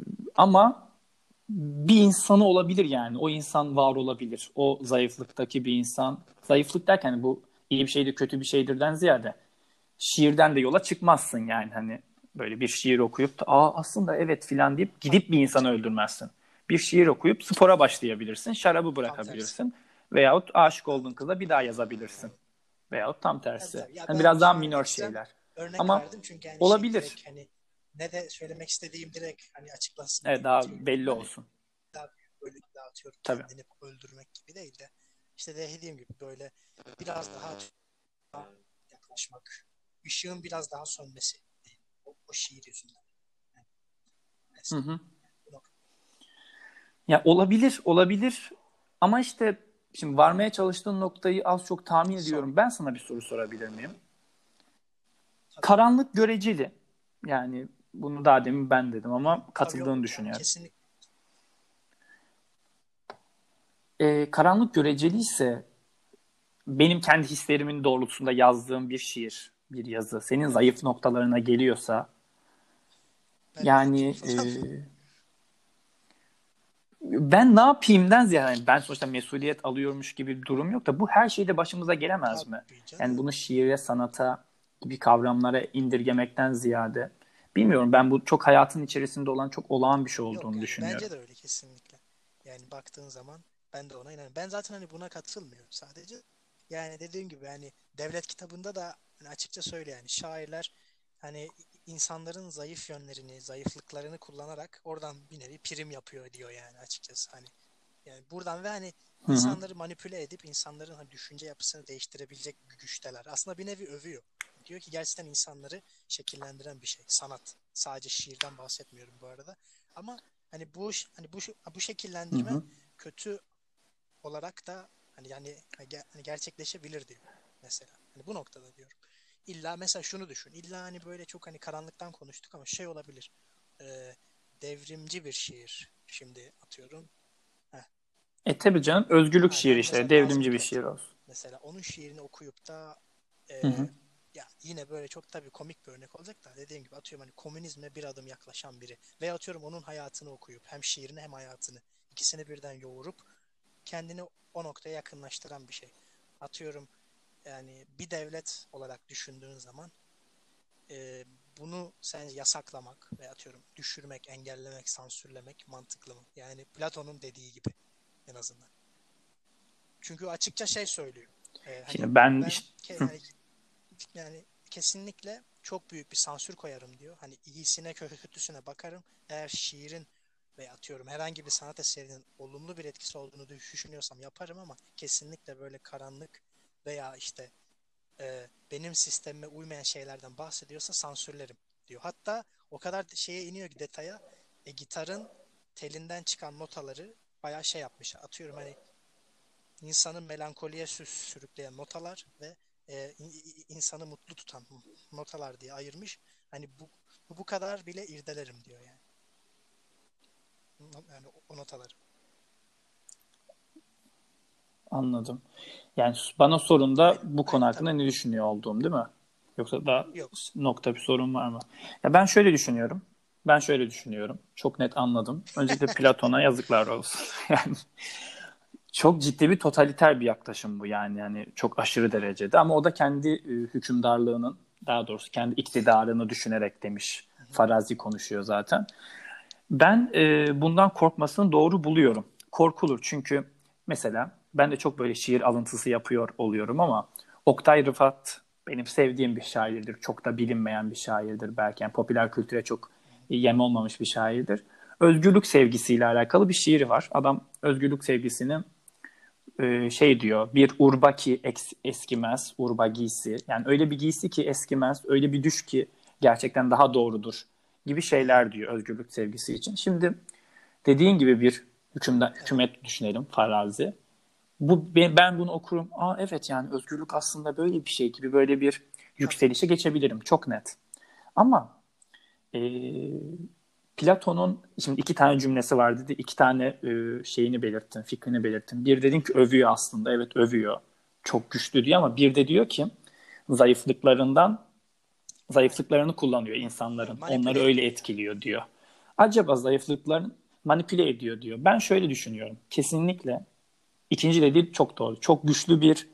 ama bir insanı olabilir yani. O insan var olabilir. O zayıflıktaki bir insan. Zayıflık derken bu iyi bir şeydir, kötü bir şeydirden ziyade şiirden de yola çıkmazsın yani hani böyle bir şiir okuyup da aslında evet filan deyip gidip bir insanı öldürmezsin. Bir şiir okuyup spora başlayabilirsin, şarabı Tam tersi. bırakabilirsin veyahut aşık Tam olduğun kıza bir daha yazabilirsin. Veyahut tam tabii, tersi. tabii. Ya Hani ben biraz daha şu an minor ekstrem şeyler. örnek Ama verdim çünkü hani şey olabilir. direkt hani ne de söylemek istediğim direkt hani açıklasın Evet, diye daha atıyorum. belli Hani olsun. daha böyle dağıtıyorum Tabii. kendini öldürmek gibi değil de işte de dediğim gibi böyle biraz daha yaklaşmak. Işığın biraz daha sönmesi. O şiir yüzünden. Yani Hı mesela. hı. Bu nokta. Ya olabilir, olabilir. Ama işte şimdi varmaya çalıştığın noktayı az çok tahmin Sor. ediyorum. Ben sana bir soru sorabilir miyim? Tabii. Karanlık göreceli. Yani bunu daha demin ben dedim ama Tabii yok. katıldığını Yani düşünüyorum. kesinlikle. Karanlık göreceli ise benim kendi hislerimin doğrultusunda yazdığım bir şiir, bir yazı senin zayıf noktalarına geliyorsa Ben ne yapayım yani falan. ben ne yapayımdan ziyade yani ben sonuçta mesuliyet alıyormuş gibi bir durum yok da bu her şeyde başımıza gelemez mi? Tabii Yani canım. bunu şiire, sanata gibi kavramlara indirgemekten ziyade bilmiyorum ben bu çok hayatın içerisinde olan çok olağan bir şey Yok olduğunu yani düşünüyorum. bence de öyle kesinlikle. Yani baktığın zaman ben de ona inanıyorum. Ben zaten hani buna katılmıyorum sadece. Yani dediğim gibi hani devlet kitabında da hani açıkça söyle yani şairler hani insanların zayıf yönlerini, zayıflıklarını kullanarak oradan bir nevi prim yapıyor diyor yani açıkçası hani. Yani buradan ve hani Hı hı. insanları manipüle edip insanların hani düşünce yapısını değiştirebilecek bir güçteler. Aslında bir nevi övüyor. Diyor ki gerçekten insanları şekillendiren bir şey. Sanat. Sadece şiirden bahsetmiyorum bu arada. Ama hani bu Hı şekillendirme hı. kötü olarak da Hani gerçekleşebilir diyor mesela. Hani bu noktada diyorum. İlla mesela şunu düşün. İlla hani böyle çok hani karanlıktan konuştuk ama şey olabilir. Ee, devrimci bir şiir. Şimdi atıyorum. Heh, Tabii canım, özgürlük şiiri aynen. işte, Mesela Nazım devrimci bir Hikmet. şiir olsun. Mesela onun şiirini okuyup da Hı hı. ya yine böyle çok tabii komik bir örnek olacak da dediğim gibi atıyorum hani komünizme bir adım yaklaşan biri veya atıyorum onun hayatını okuyup hem şiirini hem hayatını ikisini birden yoğurup kendini o noktaya yakınlaştıran bir şey. Atıyorum yani bir devlet olarak düşündüğün zaman e, bunu sen yasaklamak veya atıyorum düşürmek, engellemek, sansürlemek mantıklı mı? Yani Platon'un dediği gibi en azından. Çünkü açıkça şey söylüyor. Hani Şimdi ben ben işte, yani kesinlikle çok büyük bir sansür koyarım diyor. Hani iyisine kötüsüne bakarım. Eğer şiirin veya atıyorum herhangi bir sanat eserinin olumlu bir etkisi olduğunu düşünüyorsam yaparım ama kesinlikle böyle karanlık veya işte benim sistemime uymayan şeylerden bahsediyorsa sansürlerim diyor. Hatta o kadar şeye iniyor ki detaya gitarın telinden çıkan notaları bayağı şey yapmış. Atıyorum hani insanı melankoliye sürükleyen notalar ve insanı mutlu tutan notalar diye ayırmış. Hani bu kadar bile irdelerim diyor yani. Yani o notaları. anladım. Yani bana sorunda Aynen. bu konu Aynen tabii. hakkında ne düşünüyor olduğum, değil mi? Yoksa daha Yok. nokta bir sorun var mı? Ya ben şöyle düşünüyorum. Ben şöyle düşünüyorum. Çok net anladım. Öncelikle Platon'a yazıklar olsun. Yani çok ciddi bir totaliter bir yaklaşım bu, yani çok aşırı derecede, ama o da kendi hükümdarlığının, daha doğrusu kendi iktidarını düşünerek demiş. Hı hı. Farazi konuşuyor zaten. Ben bundan korkmasını doğru buluyorum. Korkulur çünkü mesela ben de çok böyle şiir alıntısı yapıyor oluyorum ama Oktay Rıfat benim sevdiğim bir şairdir. Çok da bilinmeyen bir şairdir belki. Yani popüler kültüre çok Hı hı. yem olmamış bir şairdir. Özgürlük sevgisiyle alakalı bir şiiri var. Adam özgürlük sevgisini şey diyor, bir urba ki eskimez, urba giysi. Yani öyle bir giysi ki eskimez, öyle bir düş ki gerçekten daha doğrudur gibi Hı hı. şeyler diyor özgürlük sevgisi için. Şimdi dediğin gibi bir Evet. hükümet düşünelim, farazi. Ben bunu okurum. Aa, evet, yani özgürlük aslında böyle bir şey gibi, böyle bir Tabii. yükselişe geçebilirim. Çok net. Ama e, Platon'un şimdi iki tane cümlesi var dedi. İki tane şeyini belirttin, fikrini belirttin. Bir Hı dedin hı. ki övüyor aslında. Evet, övüyor. Çok güçlü diyor ama bir de diyor ki zayıflıklarından Aynen. zayıflıklarını kullanıyor Evet, insanların. Onları manipüle öyle ediyor yani. etkiliyor diyor. Acaba zayıflıklarını manipüle ediyor diyor. Ben şöyle düşünüyorum. Kesinlikle ikinci dediği çok doğru. Çok güçlü bir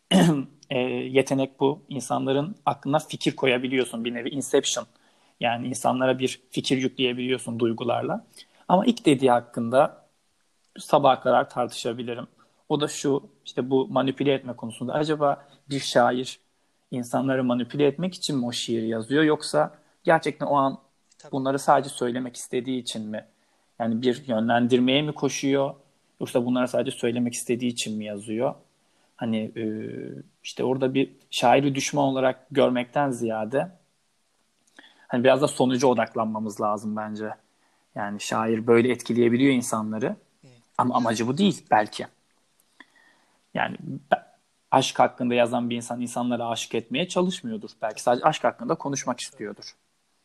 yetenek bu. İnsanların aklına fikir koyabiliyorsun. Bir nevi Inception. Yani insanlara bir fikir yükleyebiliyorsun duygularla. Ama ilk dediği hakkında sabaha kadar tartışabilirim. O da şu, işte bu manipüle etme konusunda. Acaba bir şair insanları manipüle etmek için mi o şiiri yazıyor, yoksa gerçekten o an Tabii. bunları sadece söylemek istediği için mi? Yani bir yönlendirmeye mi koşuyor, yoksa bunları sadece söylemek istediği için mi yazıyor? Hani işte orada bir şairi düşman olarak görmekten ziyade hani biraz da sonuca odaklanmamız lazım bence. Yani şair böyle etkileyebiliyor insanları Hı. ama Yani amacı bu değil belki. Yani aşk hakkında yazan bir insan insanlara aşık etmeye çalışmıyordur. Belki tabii sadece tabii. aşk hakkında Doğru konuşmak söylüyorsun. istiyordur.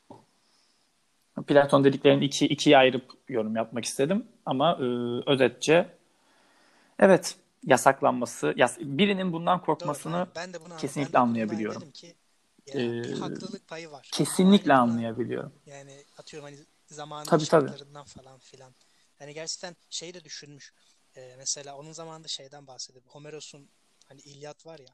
Platon dediklerini ikiye ayırıp yorum yapmak istedim. Ama özetçe evet, yasaklanması, birinin bundan Doğru. korkmasını Aynen. Ben de bunu ben kesinlikle de bunu hani anlayabiliyorum. dedim ki E, ya bir haklılık payı var. Ama kesinlikle hani buna anlayabiliyorum. yani atıyorum hani zamanın Tabii tabii. şartlarından falan filan. Hani gerçekten şeyi de düşünmüş. Mesela onun zamanında şeyden bahsediyor. Homeros'un hani İlyat var ya.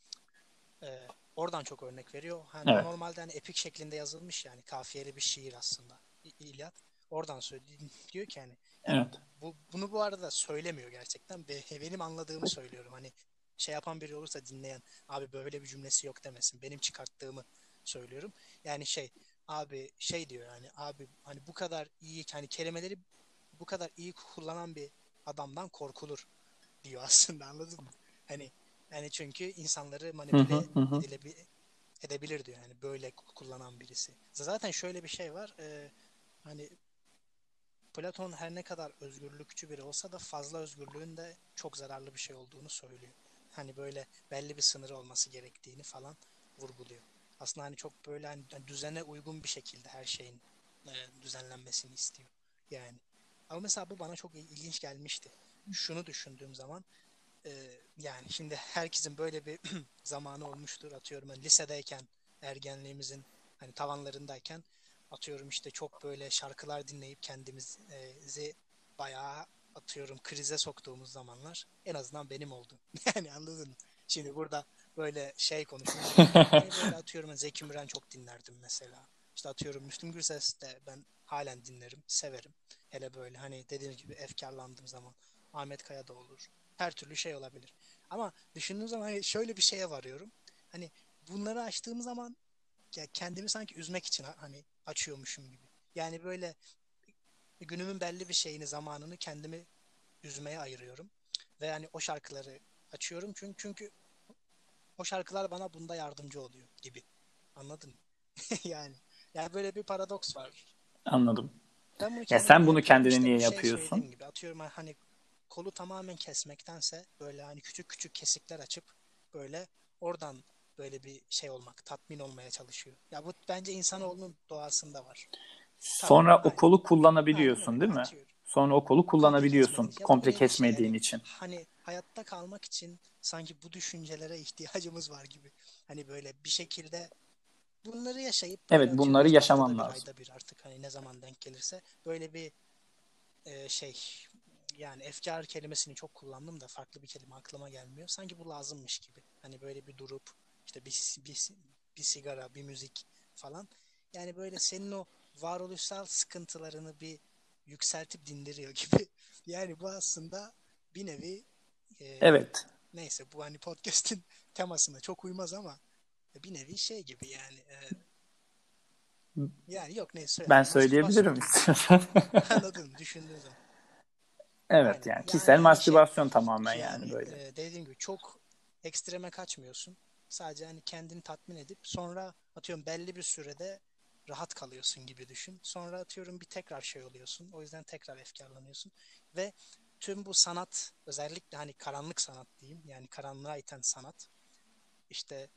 Oradan çok örnek veriyor. Hani Evet. normalde hani epik şeklinde yazılmış yani kafiyeli bir şiir aslında. İlyat. Oradan söylüyor. Diyor ki hani yani Evet. bunu bu arada söylemiyor gerçekten. Benim anladığımı söylüyorum. Hani şey yapan biri olursa dinleyen abi böyle bir cümlesi yok demesin. Benim çıkarttığımı söylüyorum. Yani şey abi şey diyor yani abi hani bu kadar iyi hani kelimeleri bu kadar iyi kullanan bir adamdan korkulur diyor aslında anladın mı? Hani yani çünkü insanları Hı hı manipüle hı. Hı. edebilir diyor yani böyle kullanan birisi. Zaten şöyle bir şey var. Hani Platon her ne kadar özgürlükçü biri olsa da fazla özgürlüğün de çok zararlı bir şey olduğunu söylüyor. Hani böyle belli bir sınırı olması gerektiğini falan vurguluyor. Aslında hani çok böyle hani düzene uygun bir şekilde her şeyin düzenlenmesini istiyor. Yani. Ama mesela bu bana çok ilginç gelmişti. Şunu düşündüğüm zaman yani şimdi herkesin böyle bir zamanı olmuştur. Atıyorum ben lisedeyken, ergenliğimizin hani tavanlarındayken atıyorum işte çok böyle şarkılar dinleyip kendimizi bayağı atıyorum krize soktuğumuz zamanlar en azından benim oldu. Yani anladın mı? Şimdi burada böyle şey konuşunca hani böyle atıyorum ben Zeki Müren çok dinlerdim mesela. İşte atıyorum Müslüm Gürses de ben halen dinlerim, severim. Hele böyle hani dediğim gibi efkarlandığım zaman Ahmet Kaya da olur. Her türlü şey olabilir. Ama düşündüğüm zaman hani şöyle bir şeye varıyorum. Hani bunları açtığım zaman ya kendimi sanki üzmek için hani açıyormuşum gibi. Yani böyle günümün belli bir şeyini, zamanını kendimi üzmeye ayırıyorum. Ve yani o şarkıları açıyorum çünkü o şarkılar bana bunda yardımcı oluyor gibi. Anladın mı? Yani yani böyle bir paradoks var. Anladım. Ben bunu Ya kendime sen niye bunu yapıyorum? kendine İşte niye bu şey yapıyorsun? söylediğim gibi atıyorum hani kolu tamamen kesmektense böyle hani küçük küçük kesikler açıp böyle oradan böyle bir şey olmak, tatmin olmaya çalışıyor. Ya bu bence insanoğlunun doğasında var. Tamam, Sonra o aynen. kolu Aynen kullanabiliyorsun, öyle. değil mi? Atıyorum. Sonra o kolu Komple kullanabiliyorsun kesmediğin için ya da komple böyle bir şey kesmediğin yani için. hani hayatta kalmak için sanki bu düşüncelere ihtiyacımız var gibi. Hani böyle bir şekilde bunları yaşayıp böyle Evet, atıyorum bunları işte haftada yaşaman bir lazım. ayda bir artık hani ne zaman denk gelirse böyle bir şey yani efkar kelimesini çok kullandım da farklı bir kelime aklıma gelmiyor. Sanki bu lazımmış gibi. Hani böyle bir durup işte bir sigara, bir müzik falan. Yani böyle senin o varoluşsal sıkıntılarını bir yükseltip dindiriyor gibi. Yani bu aslında bir nevi e, Evet. neyse bu hani podcast'in temasına çok uymaz ama bir nevi şey gibi yani yani yok neyse söyle Ben hani söyleyebilirim mastürbasyon gibi istiyorsan. anladın mı düşündüğün zaman. Evet, Aynen. yani Yani kişisel hani şey mastürbasyon tamamen yani yani böyle. dediğim gibi çok ekstreme kaçmıyorsun. Sadece hani kendini tatmin edip sonra atıyorum belli bir sürede rahat kalıyorsun gibi düşün. Sonra atıyorum bir tekrar şey oluyorsun. O yüzden tekrar efkarlanıyorsun. Ve tüm bu sanat özellikle hani karanlık sanat diyeyim. Yani karanlığa iten sanat. İşte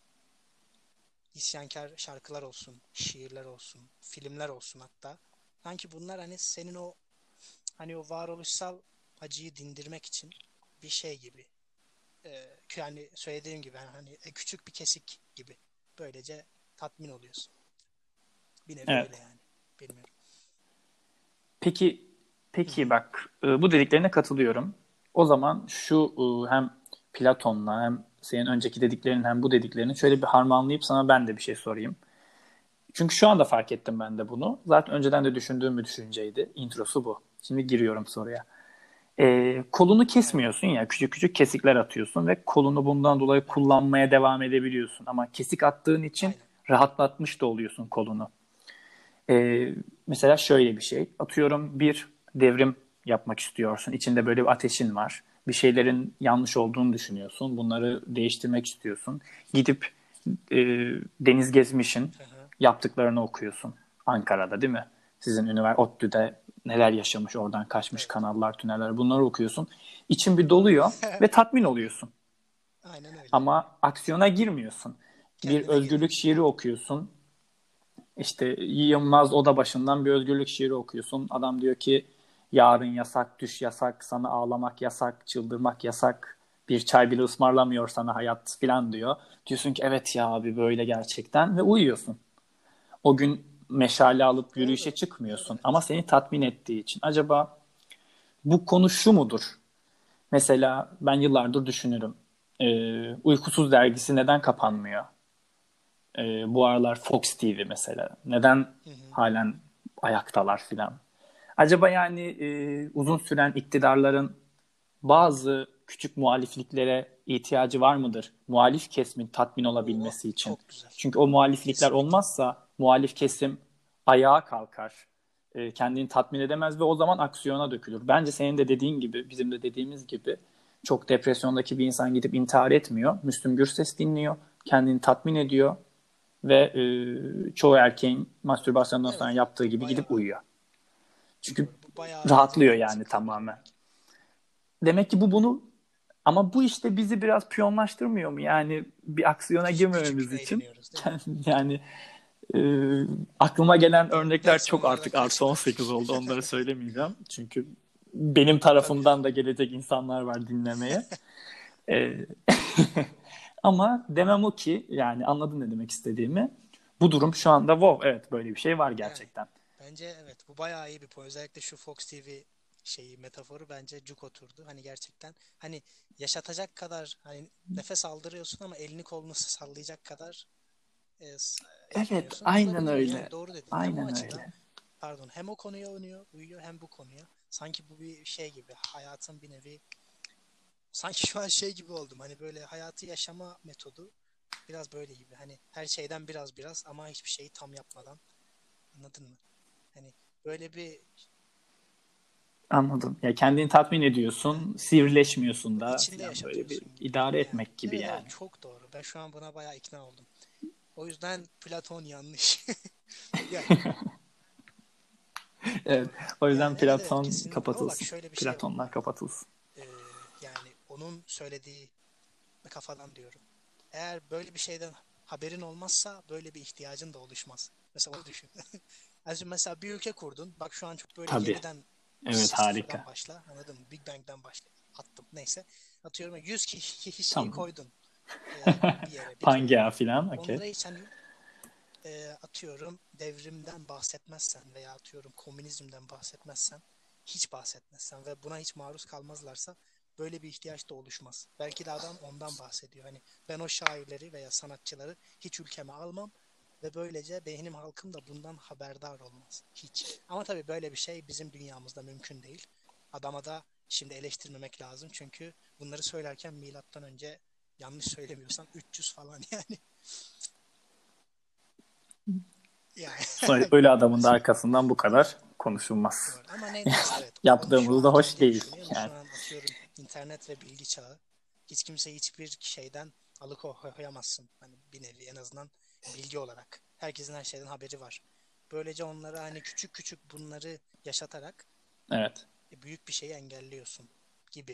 isyankar şarkılar olsun, şiirler olsun, filmler olsun hatta. Sanki bunlar hani senin o hani o varoluşsal acıyı dindirmek için bir şey gibi. Yani söylediğim gibi hani küçük bir kesik gibi. Böylece tatmin oluyorsun. Bir nevi öyle Evet. yani. Bilmiyorum. Peki Hı peki hı. bak, bu dediklerine katılıyorum. O zaman şu hem Platon'la hem senin önceki dediklerin hem bu dediklerini şöyle bir harmanlayıp sana ben de bir şey sorayım. Çünkü şu anda fark ettim ben de bunu. Zaten önceden de düşündüğüm bir düşünceydi. Introsu bu. Şimdi giriyorum soruya. Kolunu Evet. kesmiyorsun ya, küçük küçük kesikler atıyorsun ve kolunu bundan dolayı Evet. kullanmaya devam edebiliyorsun. Ama kesik attığın için Aynen. rahatlatmış da oluyorsun kolunu. Mesela şöyle bir şey. Atıyorum bir devrim yapmak istiyorsun. İçinde böyle bir ateşin var. Bir şeylerin yanlış olduğunu düşünüyorsun. Bunları değiştirmek istiyorsun. Gidip e, Deniz Gezmiş'in Hı hı. yaptıklarını okuyorsun. Ankara'da değil mi? Sizin ODTÜ'de neler yaşamış, oradan kaçmış Evet. kanallar, tüneller, bunları okuyorsun. İçin bir doluyor ve tatmin oluyorsun. Aynen öyle. Ama aksiyona girmiyorsun. Bir Kendine özgürlük geliyorsun. şiiri okuyorsun. İşte Yılmaz Odabaşı'ndan bir özgürlük şiiri okuyorsun. Adam diyor ki yarın yasak, düş yasak, sana ağlamak yasak, çıldırmak yasak, bir çay bile ısmarlamıyor sana hayat filan diyor. Diyorsun ki evet ya abi böyle gerçekten ve uyuyorsun. O gün meşale alıp yürüyüşe Doğru. çıkmıyorsun ama Evet. seni tatmin ettiği için. Acaba bu konu şu mudur? Mesela ben yıllardır düşünürüm. Uykusuz dergisi neden kapanmıyor? Bu aralar Fox TV mesela. Neden Hı hı. halen ayaktalar filan? Acaba yani uzun süren iktidarların bazı küçük muhalifliklere ihtiyacı var mıdır? Muhalif kesimin tatmin O olabilmesi için. çok güzel. Çünkü o muhaliflikler Kesinlikle. olmazsa muhalif kesim ayağa kalkar. Kendini tatmin edemez ve o zaman aksiyona dökülür. Bence senin de dediğin gibi, bizim de dediğimiz gibi çok depresyondaki bir insan gidip intihar etmiyor. Müslüm Gürses dinliyor, kendini tatmin ediyor ve çoğu erkeğin mastürbasyondan sonra Evet evet. yaptığı Bu gibi gidip bayağı uyuyor. Çünkü doğru. bayağı rahatlıyor bence yani mantıklı bir tamamen. örnek. Demek ki bunu ama bu işte bizi biraz piyonlaştırmıyor mu? Yani bir aksiyona Küçük küçük girmememiz için eğleniyoruz değil mi? yani e, aklıma gelen Doğru. örnekler Neyse çok onları da artık artı karıştırmayalım. 18 oldu. Onları söylemeyeceğim. Çünkü benim Tabii tarafımdan canım. da gelecek insanlar var dinlemeye. E, ama demem o ki yani anladın ne demek istediğimi. Bu durum şu anda wow, evet böyle bir şey var Yani gerçekten. bence evet bu bayağı iyi bir point. Özellikle şu Fox TV şeyi metaforu bence cuk oturdu. Hani gerçekten hani yaşatacak kadar hani nefes aldırıyorsun ama elini kolunu sallayacak kadar Evet, yapmıyorsun. aynen Olabiliyor öyle. yani doğru dedin. Hem o Aynen açıdan öyle. pardon hem o konuya uyuyor hem bu konuya. Sanki bu bir şey gibi hayatın bir nevi sanki şu an şey gibi oldum. Hani böyle hayatı yaşama metodu biraz böyle gibi. Hani her şeyden biraz ama hiçbir şeyi tam yapmadan. Anladın mı? Hani böyle bir Anladım. Ya kendini tatmin heh, ediyorsun, sivrileşmiyorsun ve da içinde filan böyle bir yaşatıyorsun gibi. idare Yani etmek gibi evet evet yani. çok doğru. Ben şu an buna bayağı ikna oldum. O yüzden Platon yanlış. Ya Evet. doğru. O yüzden Yani evet evet Platon kesinlikle. Ama bak kapatılsın. şöyle bir şey var. Platonlar kapatılsın. Ee, yani onun söylediği kafadan diyorum. Eğer böyle bir şeyden haberin olmazsa böyle bir ihtiyacın da oluşmaz. Mesela onu düşün. Yani mesela bir ülke kurdun. Bak şu an çok böyle Tabii. yeniden Evet, sıfırdan harika. başla. Anladın mı? Big Bang'den başla. Attım. Neyse. Atıyorum 100 kişiyi Tamam. koydun bir yere, bir köye. Pangea filan. Okey. Onlara hiç hani atıyorum devrimden bahsetmezsen veya atıyorum komünizmden bahsetmezsen, hiç bahsetmezsen ve buna hiç maruz kalmazlarsa böyle bir ihtiyaç da oluşmaz. Belki de adam ondan bahsediyor. Hani ben o şairleri veya sanatçıları hiç ülkeme almam ve böylece benim halkım da bundan haberdar olmaz. Hiç. Ama tabii böyle bir şey bizim dünyamızda mümkün değil. Adama da şimdi eleştirmemek lazım. Çünkü bunları söylerken milattan önce yanlış söylemiyorsam 300 falan yani. Yani Sonra ölü adamın da basit. arkasından bu kadar konuşulmaz. Doğru. Ama neyse evet konu şu Yaptığımız da an hoş kendi değil düşünüyor. Yani yani. şu an atıyorum internet ve bilgi çağı. Hiç kimse hiçbir şeyden alıkoyamazsın. Hani bir nevi en azından bilgi olarak. Herkesin her şeyden haberi var. Böylece onlara hani küçük küçük bunları yaşatarak Evet. büyük bir şeyi engelliyorsun gibi.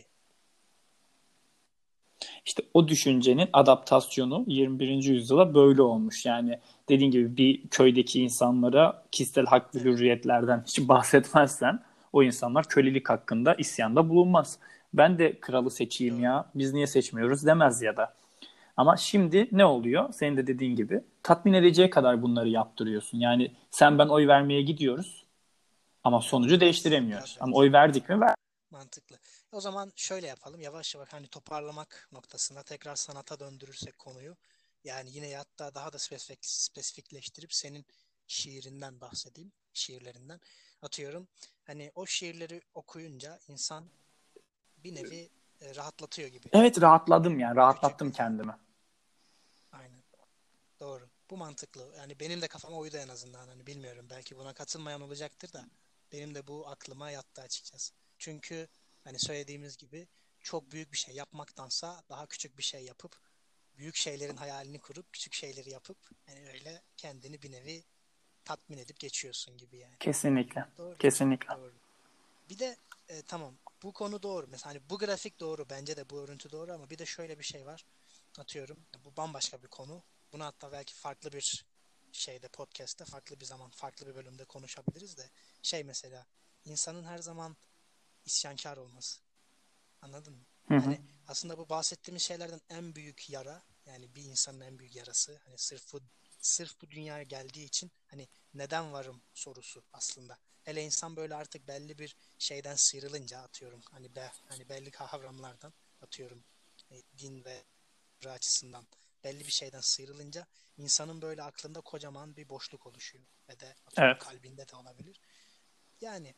İşte o düşüncenin adaptasyonu 21. yüzyıla böyle olmuş. Yani dediğin gibi bir köydeki insanlara kişisel hak ve Evet. hürriyetlerden hiç bahsetmezsen o insanlar kölelik hakkında isyanda bulunmaz. Ben de kralı seçeyim Doğru. ya biz niye seçmiyoruz demez ya da. Ama şimdi ne oluyor? Senin de dediğin gibi tatmin edeceği kadar bunları yaptırıyorsun. Yani sen ben oy vermeye gidiyoruz ama sonucu Biraz değiştiremiyoruz. Ama evet. oy verdik mi? Mantıklı. O zaman şöyle yapalım. Yavaş yavaş hani toparlamak noktasında tekrar sanata döndürürsek konuyu. Yani yine hatta daha da spesifikleştirip senin şiirinden bahsedeyim. Şiirlerinden. Atıyorum. Hani o şiirleri okuyunca insan bir nevi rahatlatıyor gibi. Evet, rahatladım yani rahatlattım Küçük. kendimi. Aynen. Doğru. Bu mantıklı. Yani benim de kafama uydu en azından. Hani bilmiyorum. Belki buna katılmayan olacaktır da benim de bu aklıma yattı açıkçası. Çünkü hani söylediğimiz gibi çok büyük bir şey yapmaktansa daha küçük bir şey yapıp büyük şeylerin hayalini kurup küçük şeyleri yapıp yani öyle kendini bir nevi tatmin edip geçiyorsun gibi yani. Kesinlikle. Doğru. Kesinlikle. Doğru. Bir de tamam bu konu doğru. Mesela hani bu grafik doğru. Bence de bu örüntü doğru ama bir de şöyle bir şey var. Atıyorum. Bu bambaşka bir konu. Bunu hatta belki farklı bir şeyde podcast'te farklı bir zaman farklı bir bölümde konuşabiliriz de şey mesela insanın her zaman isyankar olması. Anladın mı? Hı hı. Yani aslında bu bahsettiğimiz şeylerden en büyük yara yani bir insanın en büyük yarası hani sırf bu dünyaya geldiği için hani neden varım sorusu aslında. Hele insan böyle artık belli bir şeyden sıyrılınca atıyorum hani belli kavramlardan atıyorum din ve açısından belli bir şeyden sıyrılınca insanın böyle aklında kocaman bir boşluk oluşuyor ve de atıyorum Evet. kalbinde de olabilir. Yani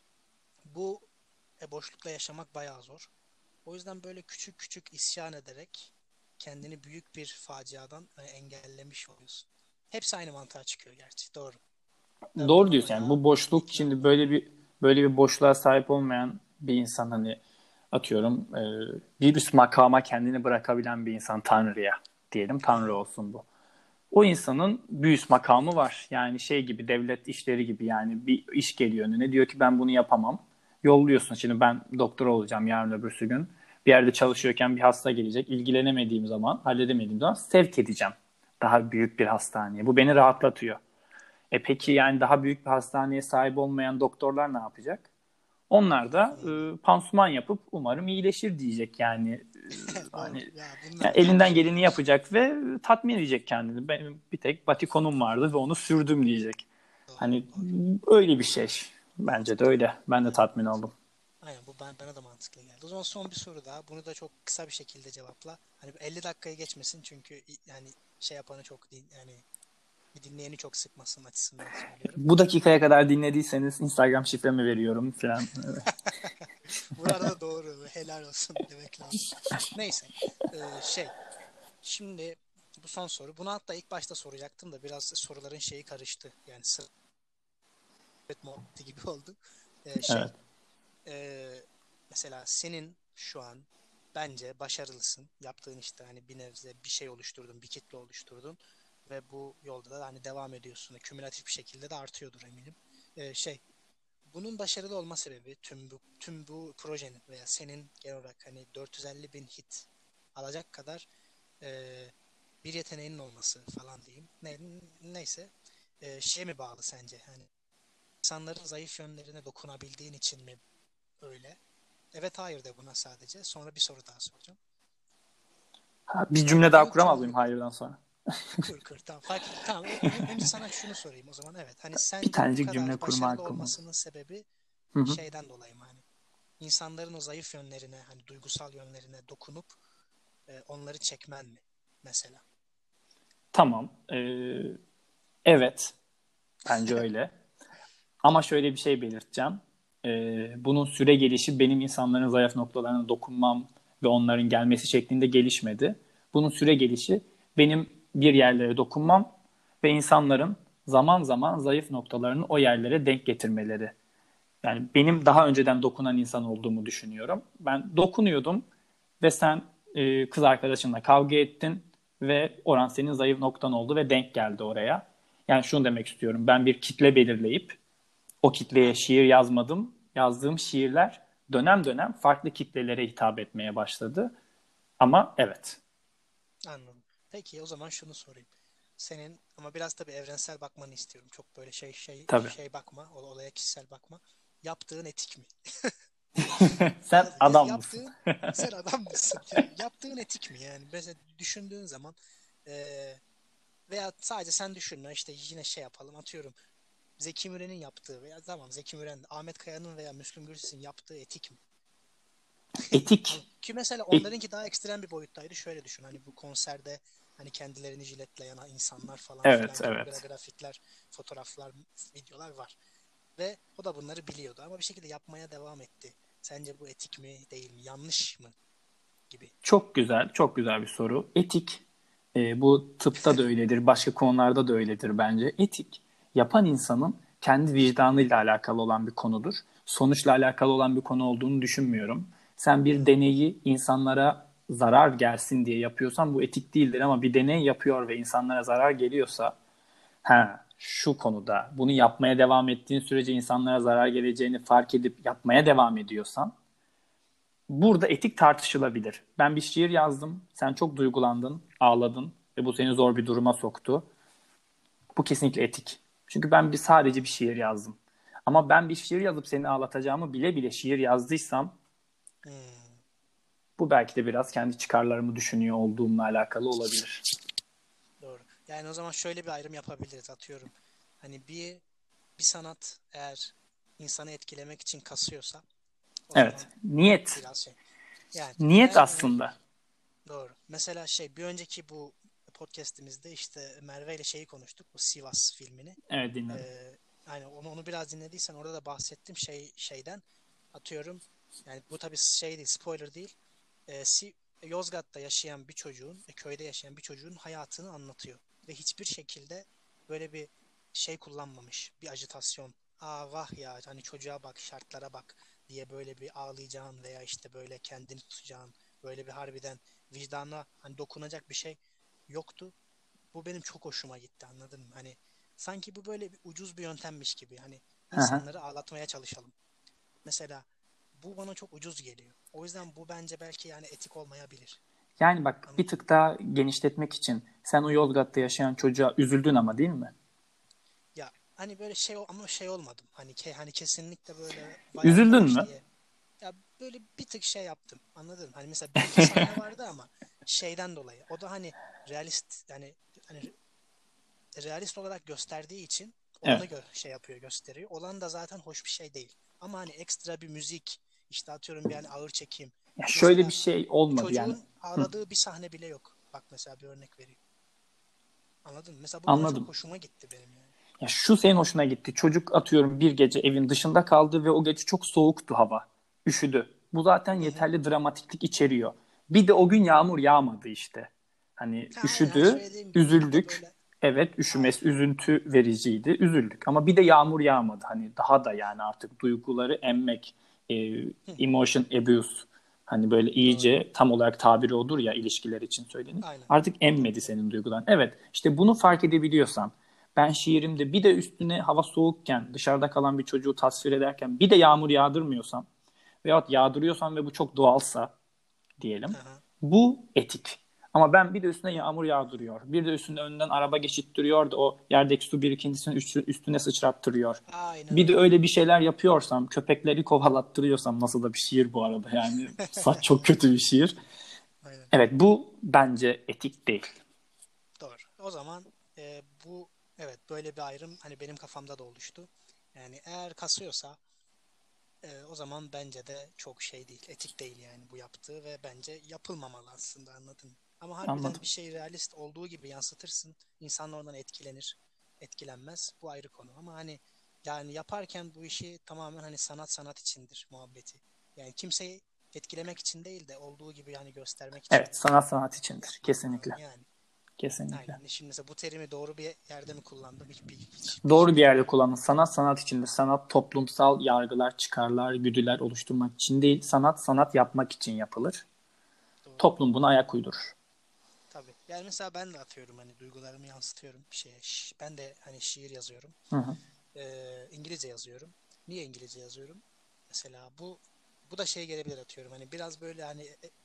bu boşlukla yaşamak bayağı zor. O yüzden böyle küçük küçük isyan ederek kendini büyük bir faciadan engellemiş oluyorsun. Hepsi aynı mantığa çıkıyor gerçi. Doğru. Ben Doğru buna diyorsun yani bayağı bu boşluk ikna şimdi oldum. böyle bir boşluğa sahip olmayan bir insan hani atıyorum bir üst makama kendini bırakabilen bir insan Tanrı'ya diyelim Hı Tanrı hı. olsun bu. O insanın bir üst makamı var. Yani şey gibi, devlet işleri gibi, yani bir iş geliyor önüne. Diyor ki ben bunu yapamam. Yolluyorsun. Şimdi ben doktor olacağım yarın öbürsü gün. Bir yerde Hı hı. çalışıyorken bir hasta gelecek. İlgilenemediğim zaman, halledemediğim zaman sevk edeceğim daha büyük bir hastaneye. Bu beni rahatlatıyor. Peki Doğru. yani daha büyük bir hastaneye sahip olmayan doktorlar ne yapacak? Onlar da Hmm. pansuman yapıp umarım iyileşir diyecek yani. Doğru. Hani Ya yani bunlar elinden geleni yapacak ve tatmin edecek kendini. Benim bir tek batikonum vardı ve onu sürdüm diyecek. doğru, Hani doğru. öyle bir şey. Bence de öyle. Ben de Aynen. tatmin oldum. Aynen bu bana da mantıklı geldi. O zaman son bir soru daha. Bunu da çok kısa bir şekilde cevapla. Hani 50 dakikayı geçmesin çünkü yani şey yapanı çok değil yani bir dinleyeni çok sıkmasın açısından söylüyorum. Bu dakikaya kadar dinlediyseniz Instagram şifremi veriyorum falan. Bu arada doğru. Helal olsun demek lazım. Neyse. Şey. Şimdi bu son soru. Bunu hatta ilk başta soracaktım da biraz soruların şeyi karıştı. Yani sıra muhabbeti gibi oldu. Evet. Ee, Mesela senin şu an bence başarılısın. Yaptığın işte hani bir nebze bir şey oluşturdun, bir kitle oluşturdun ve bu yolda da hani devam ediyorsun. Kümülatif bir şekilde de artıyordur eminim. Bunun başarılı olma sebebi tüm bu projenin veya senin genel olarak hani 450 bin hit alacak kadar e, bir yeteneğinin olması falan diyeyim. Neyse şeye mi bağlı sence? Hani insanların zayıf yönlerine dokunabildiğin için mi öyle? Evet hayır de buna sadece. Sonra bir soru daha soracağım. Bir Ve cümle daha bunun kuramaz mıyım hayırdan sonra? kur tamam fark et. Tamam önce sana şunu sorayım o zaman. Evet hani Bir sence bu tanecik cümle kadar kurma başarılı hakkım olsun. olmasının sebebi Hı hı. şeyden dolayı mı hani insanların o zayıf yönlerine hani duygusal yönlerine dokunup onları çekmen mi mesela? Tamam. Evet. Bence öyle. Ama Tamam. şöyle bir şey belirteceğim. Bunun süre gelişi benim insanların zayıf noktalarına dokunmam ve onların gelmesi şeklinde gelişmedi. Bunun süre gelişi benim bir yerlere dokunmam ve insanların zaman zaman zayıf noktalarını o yerlere denk getirmeleri. Yani benim daha Hmm, önceden dokunan insan olduğumu düşünüyorum. Ben dokunuyordum ve sen kız arkadaşınla kavga ettin ve oran senin zayıf noktan oldu ve denk geldi oraya. Yani şunu demek istiyorum. Ben bir kitle belirleyip o kitleye anladım. şiir yazmadım. Yazdığım şiirler dönem dönem farklı kitlelere hitap etmeye başladı. Ama evet, Anladım. Peki o zaman şunu sorayım. Senin ama biraz tabii evrensel bakmanı istiyorum. Çok böyle tabii. şey bakma, olaya kişisel bakma. Yaptığın etik mi? Sen Anladın? Ya, adam mısın? yaptığın sen adam mısın? Ya, yaptığın etik mi? Yani mesela düşündüğün zaman veya sadece sen düşünme işte yine şey yapalım atıyorum. Zeki Müren'in yaptığı veya tamam Zeki Müren, Ahmet Kaya'nın veya Müslüm Gürses'in yaptığı etik mi? Etik. Ki mesela E- onlarınki daha ekstrem bir boyuttaydı. Şöyle düşün hani bu konserde hani kendilerini jiletleyen insanlar falan evet, filan gibi evet. grafikler, fotoğraflar, videolar var. Ve o da bunları biliyordu ama bir şekilde yapmaya devam etti. Sence bu etik mi değil mi? Yanlış mı gibi? Çok güzel, çok güzel bir soru. Etik, bu tıpta da öyledir, başka konularda da öyledir bence. Etik, yapan insanın kendi vicdanıyla alakalı olan bir konudur. Sonuçla alakalı olan bir konu olduğunu düşünmüyorum. Sen bir Hmm, deneyi insanlara zarar gelsin diye yapıyorsan bu etik değildir ama bir deney yapıyor ve insanlara zarar geliyorsa, ha şu konuda bunu yapmaya devam ettiğin sürece insanlara zarar geleceğini fark edip yapmaya devam ediyorsan burada etik tartışılabilir. Ben bir şiir yazdım. Sen çok duygulandın, ağladın ve bu seni zor bir duruma soktu. Bu kesinlikle etik. Çünkü ben sadece bir şiir yazdım. Ama ben bir şiir yazıp seni ağlatacağımı bile bile şiir yazdıysam hmm, bu belki de biraz kendi çıkarlarımı düşünüyor olduğumla alakalı olabilir. doğru. Yani o zaman şöyle bir ayrım yapabiliriz atıyorum. Hani bir sanat eğer insanı etkilemek için kasıyorsa o Evet. zaman Niyet. biraz şey. Yani Niyet ben hani aslında. doğru. Mesela şey bir önceki bu podcast'imizde işte Merve ile şeyi konuştuk. Bu Sivas filmini. Evet, dinledim. Yani onu biraz dinlediysen orada da bahsettim şeyden atıyorum. Yani bu tabii şey değil, spoiler değil. Yozgat'ta yaşayan bir çocuğun, köyde yaşayan bir çocuğun hayatını anlatıyor. Ve hiçbir şekilde böyle bir şey kullanmamış. Bir ajitasyon. Aa vah ya hani çocuğa bak, şartlara bak diye böyle bir ağlayacağın veya işte böyle kendini tutacağın böyle bir harbiden vicdanına hani dokunacak bir şey yoktu. bu benim çok hoşuma gitti, anladın mı? Hani sanki bu böyle ucuz bir yöntemmiş gibi. Hani Hı hı. insanları ağlatmaya çalışalım. Mesela bu bana çok ucuz geliyor. O yüzden bu bence belki yani etik olmayabilir. Yani bak, bir Anladın mı? tık daha genişletmek için sen o Yozgat'ta yaşayan çocuğa üzüldün ama, değil mi? Ya hani böyle şey ama şey olmadım. Hani kesinlikle böyle vay Üzüldün arkadaş mü? diye. Ya böyle bir tık şey yaptım. Anladın mı? Hani mesela bir iki sahne vardı ama şeyden dolayı. O da hani realist, yani hani realist olarak gösterdiği için olanı Evet. şey yapıyor, gösteriyor. Olan da zaten hoş bir şey değil. Ama hani ekstra bir müzik, işte atıyorum bir yani ağır çekim. Ya Bak şöyle bir mesela şey olmadı yani. çocuğun ağladığı bir sahne bile yok. Bak mesela bir örnek vereyim. Anladın mı? Mesela bu bana çok Anladım. hoşuma gitti benim yani. Ya şu senin hoşuna gitti. Çocuk atıyorum bir gece evin dışında kaldı ve o gece çok soğuktu hava. Üşüdü. Bu zaten Hı hı. yeterli dramatiklik içeriyor. Bir de o gün yağmur yağmadı işte. Hani Ha, aynen hani üşüdü, söylediğim gibi bir de üzüldük. böyle Evet, aynen. üşümesi üzüntü vericiydi, üzüldük. Ama bir de yağmur yağmadı. Hani daha da yani artık duyguları emmek, Hı hı. emotion abuse. Hani böyle Doğru. iyice, tam olarak tabiri odur ya ilişkiler için söylenir. Aynen. Artık Doğru emmedi doğru. senin duygudan. Evet, işte bunu fark edebiliyorsan, ben şiirimde bir de üstüne hava soğukken dışarıda kalan bir çocuğu tasvir ederken bir de yağmur yağdırmıyorsam veyahut yağdırıyorsam ve bu çok doğalsa diyelim, Hı hı. bu etik. Ama ben bir de üstüne yağmur yağdırıyor, bir de üstüne önden araba geçittiriyor da o yerdeki su birikintisini üstüne sıçrattırıyor. Aynen Bir de öyle. öyle bir şeyler yapıyorsam, köpekleri kovalattırıyorsam, nasıl da bir şiir bu arada yani, saç çok kötü bir şiir. Aynen. Evet, bu bence etik değil. Doğru. O zaman bu, evet, böyle bir ayrım hani benim kafamda da oluştu. Yani eğer kasıyorsa o zaman bence de çok şey değil, etik değil yani bu yaptığı ve bence yapılmamalı aslında, anladın mı? Ama harbiden Anladım. bir şey realist olduğu gibi yansıtırsın, insan oradan etkilenir, etkilenmez, bu ayrı konu. Ama hani yani yaparken bu işi tamamen hani sanat sanat içindir muhabbeti. Yani kimseyi etkilemek için değil de olduğu gibi yani göstermek için Evet, sanat sanat içindir. yapmak Kesinlikle. lazım yani. Kesinlikle. Aynen. Şimdi mesela bu terimi doğru bir yerde mi kullandım? Doğru Hiçbir bir yerde fikrim yok. kullanın. Sanat sanat içindir. Sanat toplumsal yargılar, çıkarlar, güdüler oluşturmak için değil. Sanat sanat yapmak için yapılır. Doğru. Toplum buna ayak uydurur. Tabii. Yani mesela ben de atıyorum hani duygularımı yansıtıyorum bir şeye. Ben de hani şiir yazıyorum. Hı hı. İngilizce yazıyorum. Niye İngilizce yazıyorum? Mesela bu da şey gelebilir, atıyorum. Hani biraz böyle hani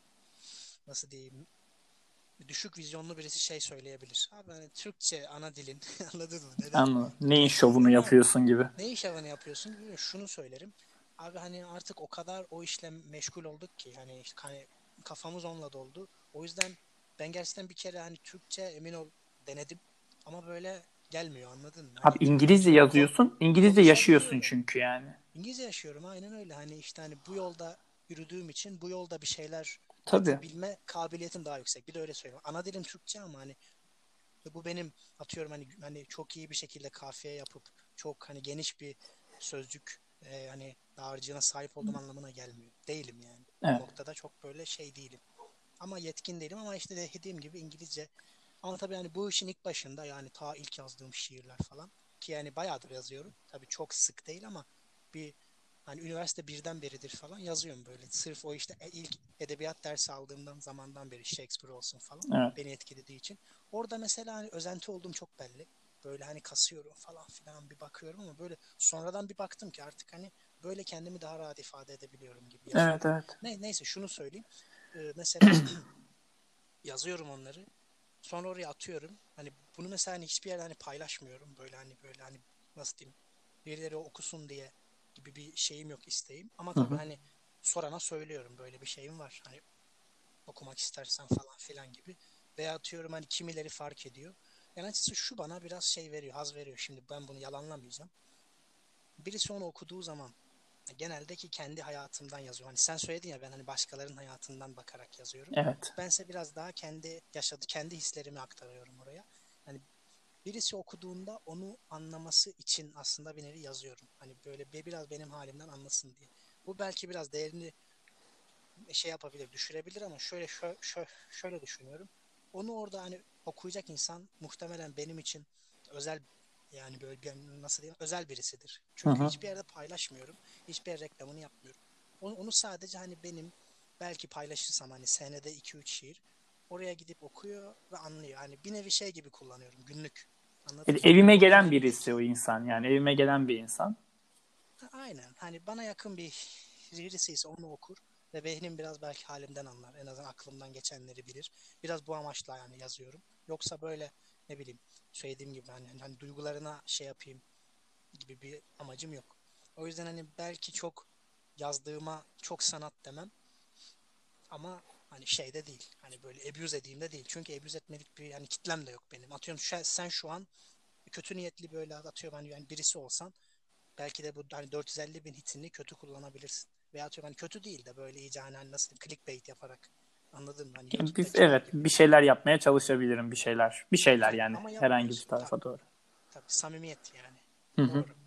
nasıl diyeyim, düşük vizyonlu birisi şey söyleyebilir. Abi hani Türkçe ana dilin, anladın mı? Neden Anladım. Neyin İngilizce şovunu ama yapıyorsun gibi. ne iş havanı yapıyorsun gibi, şunu söylerim. Abi hani artık o kadar o işle meşgul olduk ki hani, işte hani kafamız onunla doldu. O yüzden ben gerçekten bir kere hani Türkçe, emin ol, denedim ama böyle gelmiyor, anladın mı? Abi Hani İngilizce yazıyorsun. İngilizce yaşıyorsun konuşabiliyorum. çünkü yani. İngilizce yaşıyorum, aynen öyle. Hani işte hani bu yolda yürüdüğüm için bu yolda bir şeyler Tabii. üretebilme kabiliyetim daha yüksek. Bir de öyle söyleyeyim. Ana dilim Türkçe ama hani bu benim atıyorum hani çok iyi bir şekilde kafiye yapıp çok hani geniş bir sözcük hani dağarcığına sahip olduğum anlamına gelmiyor. Değilim yani. O Evet. noktada çok böyle şey değilim. Ama yetkin değilim, ama işte dediğim gibi İngilizce. Ama tabii hani bu işin ilk başında, yani ta ilk yazdığım şiirler falan, ki yani bayağıdır yazıyorum. Tabii çok sık değil ama bir hani üniversite birden beridir falan yazıyorum böyle. Sırf o işte ilk edebiyat dersi aldığımdan zamandan beri Shakespeare olsun falan Evet. beni etkilediği için. Orada mesela hani özenti olduğum çok belli. Böyle hani kasıyorum falan filan, bir bakıyorum ama böyle sonradan bir baktım ki artık hani böyle kendimi daha rahat ifade edebiliyorum gibi Evet, yazıyorum. evet. Neyse şunu söyleyeyim. Mesela yazıyorum onları. Sonra oraya atıyorum. Hani bunu mesela hani hiçbir yerde hani paylaşmıyorum. Böyle hani nasıl diyeyim? Birileri okusun diye gibi bir şeyim yok, isteğim. Ama Hı tabii hı. hani sorana söylüyorum, böyle bir şeyim var. Hani okumak istersen falan filan gibi. Veya atıyorum hani kimileri fark ediyor. Yani açıkçası şu bana biraz şey veriyor, haz veriyor. Şimdi ben bunu yalanlamayacağım. Birisi onu okuduğu zaman, genelde ki kendi hayatımdan yazıyorum. Hani sen söyledin ya, ben hani başkalarının hayatından bakarak yazıyorum. Evet. Bense biraz daha kendi hislerimi aktarıyorum oraya. Hani birisi okuduğunda onu anlaması için aslında bir nevi yazıyorum. Hani böyle biraz benim halimden anlasın diye. Bu belki biraz değerini şey yapabilir, düşürebilir ama şöyle düşünüyorum. Onu orada hani okuyacak insan muhtemelen benim için özel, yani böyle bir, nasıl diyeyim, özel birisidir. Hı Çünkü hı. hiçbir yerde paylaşmıyorum. Hiçbir yer reklamını yapmıyorum. Onu sadece hani benim belki paylaşırsam hani senede iki üç şiir. oraya gidip okuyor ve anlıyor. Hani bir nevi şey gibi kullanıyorum. Günlük. Anladın mı? Evime gelen Önemlilik. birisi o insan. Yani evime gelen bir insan. Aynen. Hani bana yakın birisi ise onu okur ve beynim biraz belki halimden anlar. En azından aklımdan geçenleri bilir. Biraz bu amaçla yani yazıyorum. Yoksa böyle ne bileyim söylediğim gibi hani duygularına şey yapayım gibi bir amacım yok. O yüzden hani belki çok yazdığıma çok sanat demem ama hani şey de değil. Hani böyle abuse edeyim de değil. Çünkü abuse etmelik bir hani kitlem de yok benim. Atıyorum sen şu an kötü niyetli böyle atıyorum hani yani birisi olsan belki de bu hani 450 bin hitini kötü kullanabilirsin. Veya atıyorum hani kötü değil de böyle iyice hani nasıl diyeyim, clickbait yaparak anladın mı? Hani Biz YouTube'dakiler evet gibi. bir şeyler yapmaya çalışabilirim bir şeyler. Bir şeyler Aynen yani ama herhangi bir yapmıyorsun. tarafa Tabii doğru. tabii samimiyet yani. Hı hı. Doğru.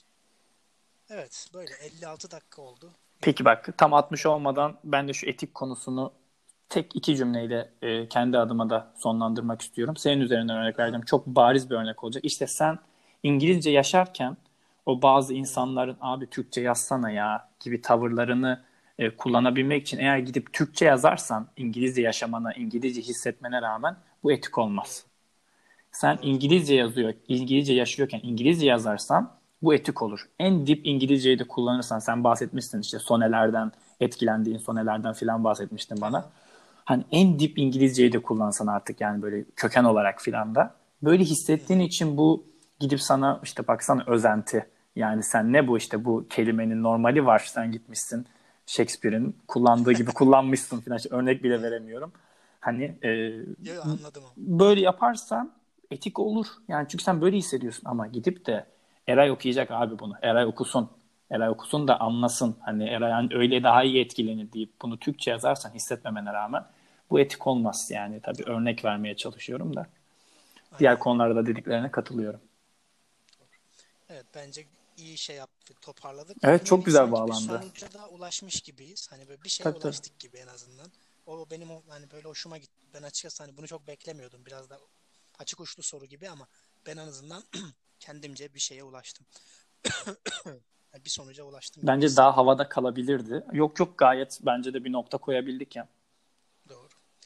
Evet böyle 56 dakika oldu. Peki bak tam 60 olmadan ben de şu etik konusunu tek iki cümleyle kendi adıma da sonlandırmak istiyorum. Senin üzerinden örnek Aha. verdim. Çok bariz bir örnek olacak. İşte sen İngilizce yaşarken o bazı Hı hı. insanların abi Türkçe yazsana ya gibi tavırlarını kullanabilmek için eğer gidip Türkçe yazarsan İngilizce yaşamana, İngilizce hissetmene rağmen bu etik olmaz. Doğru. Sen Doğru. İngilizce yaşıyorken İngilizce yazarsan bu etik olur. En dip İngilizceyi de kullanırsan sen bahsetmişsin işte sonelerden, etkilendiğin sonelerden filan bahsetmiştin bana. Aha. Hani en dip İngilizceyi de kullansan artık yani böyle köken olarak filan da. Böyle Hı hissettiğin hı. için bu gidip sana işte baksana özenti. Yani sen ne bu işte bu kelimenin normali var. Sen gitmişsin Shakespeare'in kullandığı gibi kullanmışsın filan. İşte örnek bile veremiyorum. Hani Yo, anladım ama. böyle yaparsan etik olur. Yani çünkü sen böyle hissediyorsun ama gidip de Eray okuyacak abi bunu. Eray okusun. Eray okusun da anlasın. Hani Eray hani öyle daha iyi etkilenir deyip bunu Türkçe yazarsan hissetmemene rağmen bu etik olmaz yani. Tabii Tabii. örnek vermeye çalışıyorum da. Diğer Aynen. konularda dediklerine katılıyorum. Doğru. Evet bence iyi şey yaptık, toparladık ve Evet bir çok nevi güzel sanki bir bağlandı. sonuca da ulaşmış gibiyiz. Hani böyle bir şeye Tabii tabii. ulaştık gibi en azından. O benim hani böyle hoşuma gitti. Ben açıkçası hani bunu çok beklemiyordum. Biraz da açık uçlu soru gibi ama ben en azından kendimce bir şeye ulaştım. Yani bir sonuca ulaştım gibi Bence daha hissediyorum. havada kalabilirdi. Yok yok gayet bence de bir nokta koyabildik ya. Doğru.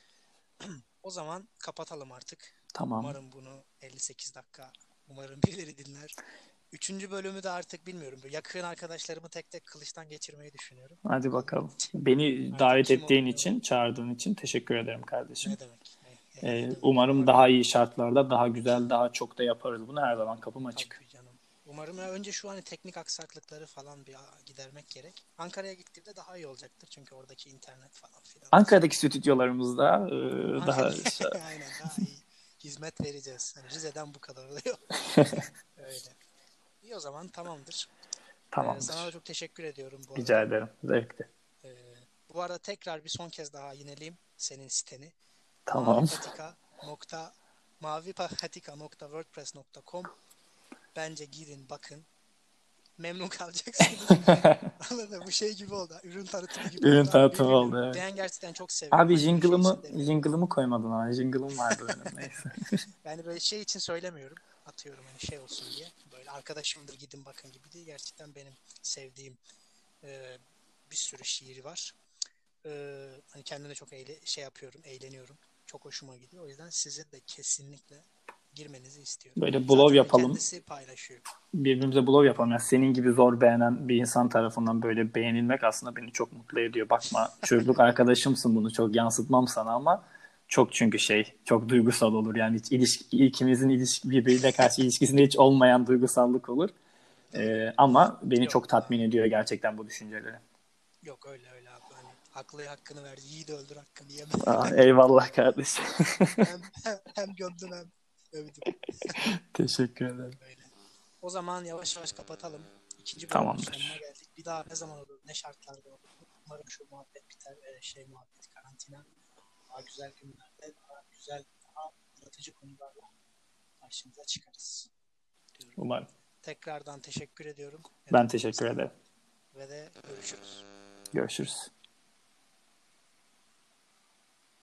O zaman kapatalım artık. Tamam. Umarım bunu 58 dakika umarım birileri dinler. Üçüncü bölümü de artık bilmiyorum. Böyle yakın arkadaşlarımı tek tek kılıçtan geçirmeyi düşünüyorum. Hadi Bakalım bakalım. Beni artık davet kim olur ettiğin ne olur. için, çağırdığın için teşekkür ederim kardeşim. Ne demek? Ne demek? Umarım Umarım daha iyi şartlarda, daha güzel, daha çok da yaparız bunu. Her zaman kapım açık. tabii canım. Umarım ya önce şu an teknik aksaklıkları falan bir gidermek gerek. Ankara'ya gittiğimde daha iyi olacaktır. Çünkü oradaki internet falan filan da şey. Ankara'daki stüdyolarımızda daha Ankara aynen daha iyi hizmet vereceğiz. Hani Rize'den bu kadar oluyor. Öyle. İyi o zaman tamamdır. Sana da tamamdır. çok teşekkür ediyorum bu Rica arada. ederim. Zevkli. Bu arada tekrar bir son kez daha yineleyeyim senin siteni. Tamam. mavipatika.wordpress.com. Bence gidin bakın. Memnun kalacaksınız. Anladın mı? Bu şey gibi oldu. Ürün tanıtımı gibi Ürün oldu ama tanıtımı oldu evet. ben gerçekten çok seviyorum. Abi Hani bunu şey jingle'ımı için demiyorum. jingle'ımı koymadın ama jingle'ım vardı benim neyse. Yani böyle şey için söylemiyorum. Atıyorum hani şey olsun diye. Böyle arkadaşımdır gidin bakın gibi değil. Gerçekten benim sevdiğim e, bir sürü şiiri var. Hani kendime çok şey yapıyorum, eğleniyorum. Çok hoşuma gidiyor. O yüzden sizin de kesinlikle girmenizi istiyorum. Böyle blog Zaten hani yapalım. kendisi paylaşıyor. Birbirimize blog yapalım. Yani senin gibi zor beğenen bir insan tarafından böyle beğenilmek aslında beni çok mutlu ediyor. Bakma çocukluk arkadaşımsın bunu çok yansıtmam sana ama çok çünkü çok duygusal olur. Yani hiç ikimizin birbiriyle karşı ilişkisinde hiç olmayan duygusallık olur. Doğru. Ama beni Yok. çok tatmin ediyor gerçekten bu düşünceleri. Yok öyle öyle abi. Hani haklıya hakkını verdi. Yiğit öldür hakkını yeme. Eyvallah kardeşim. Hem gömdüm hem övdüm. Teşekkür ederim. Öyle. O zaman yavaş yavaş kapatalım. İkinci bölümün sonuna Tamamdır. geldik. Bir daha ne zaman olur, ne şartlarda olur. Umarım şu muhabbet biter. Şey muhabbet, karantina. Daha güzel günlerde, daha güzel, daha yaratıcı konularla karşımıza çıkarız diyorum. Umarım. Tekrardan teşekkür ediyorum Ben Eray teşekkür sana ederim. ve de görüşürüz. Görüşürüz.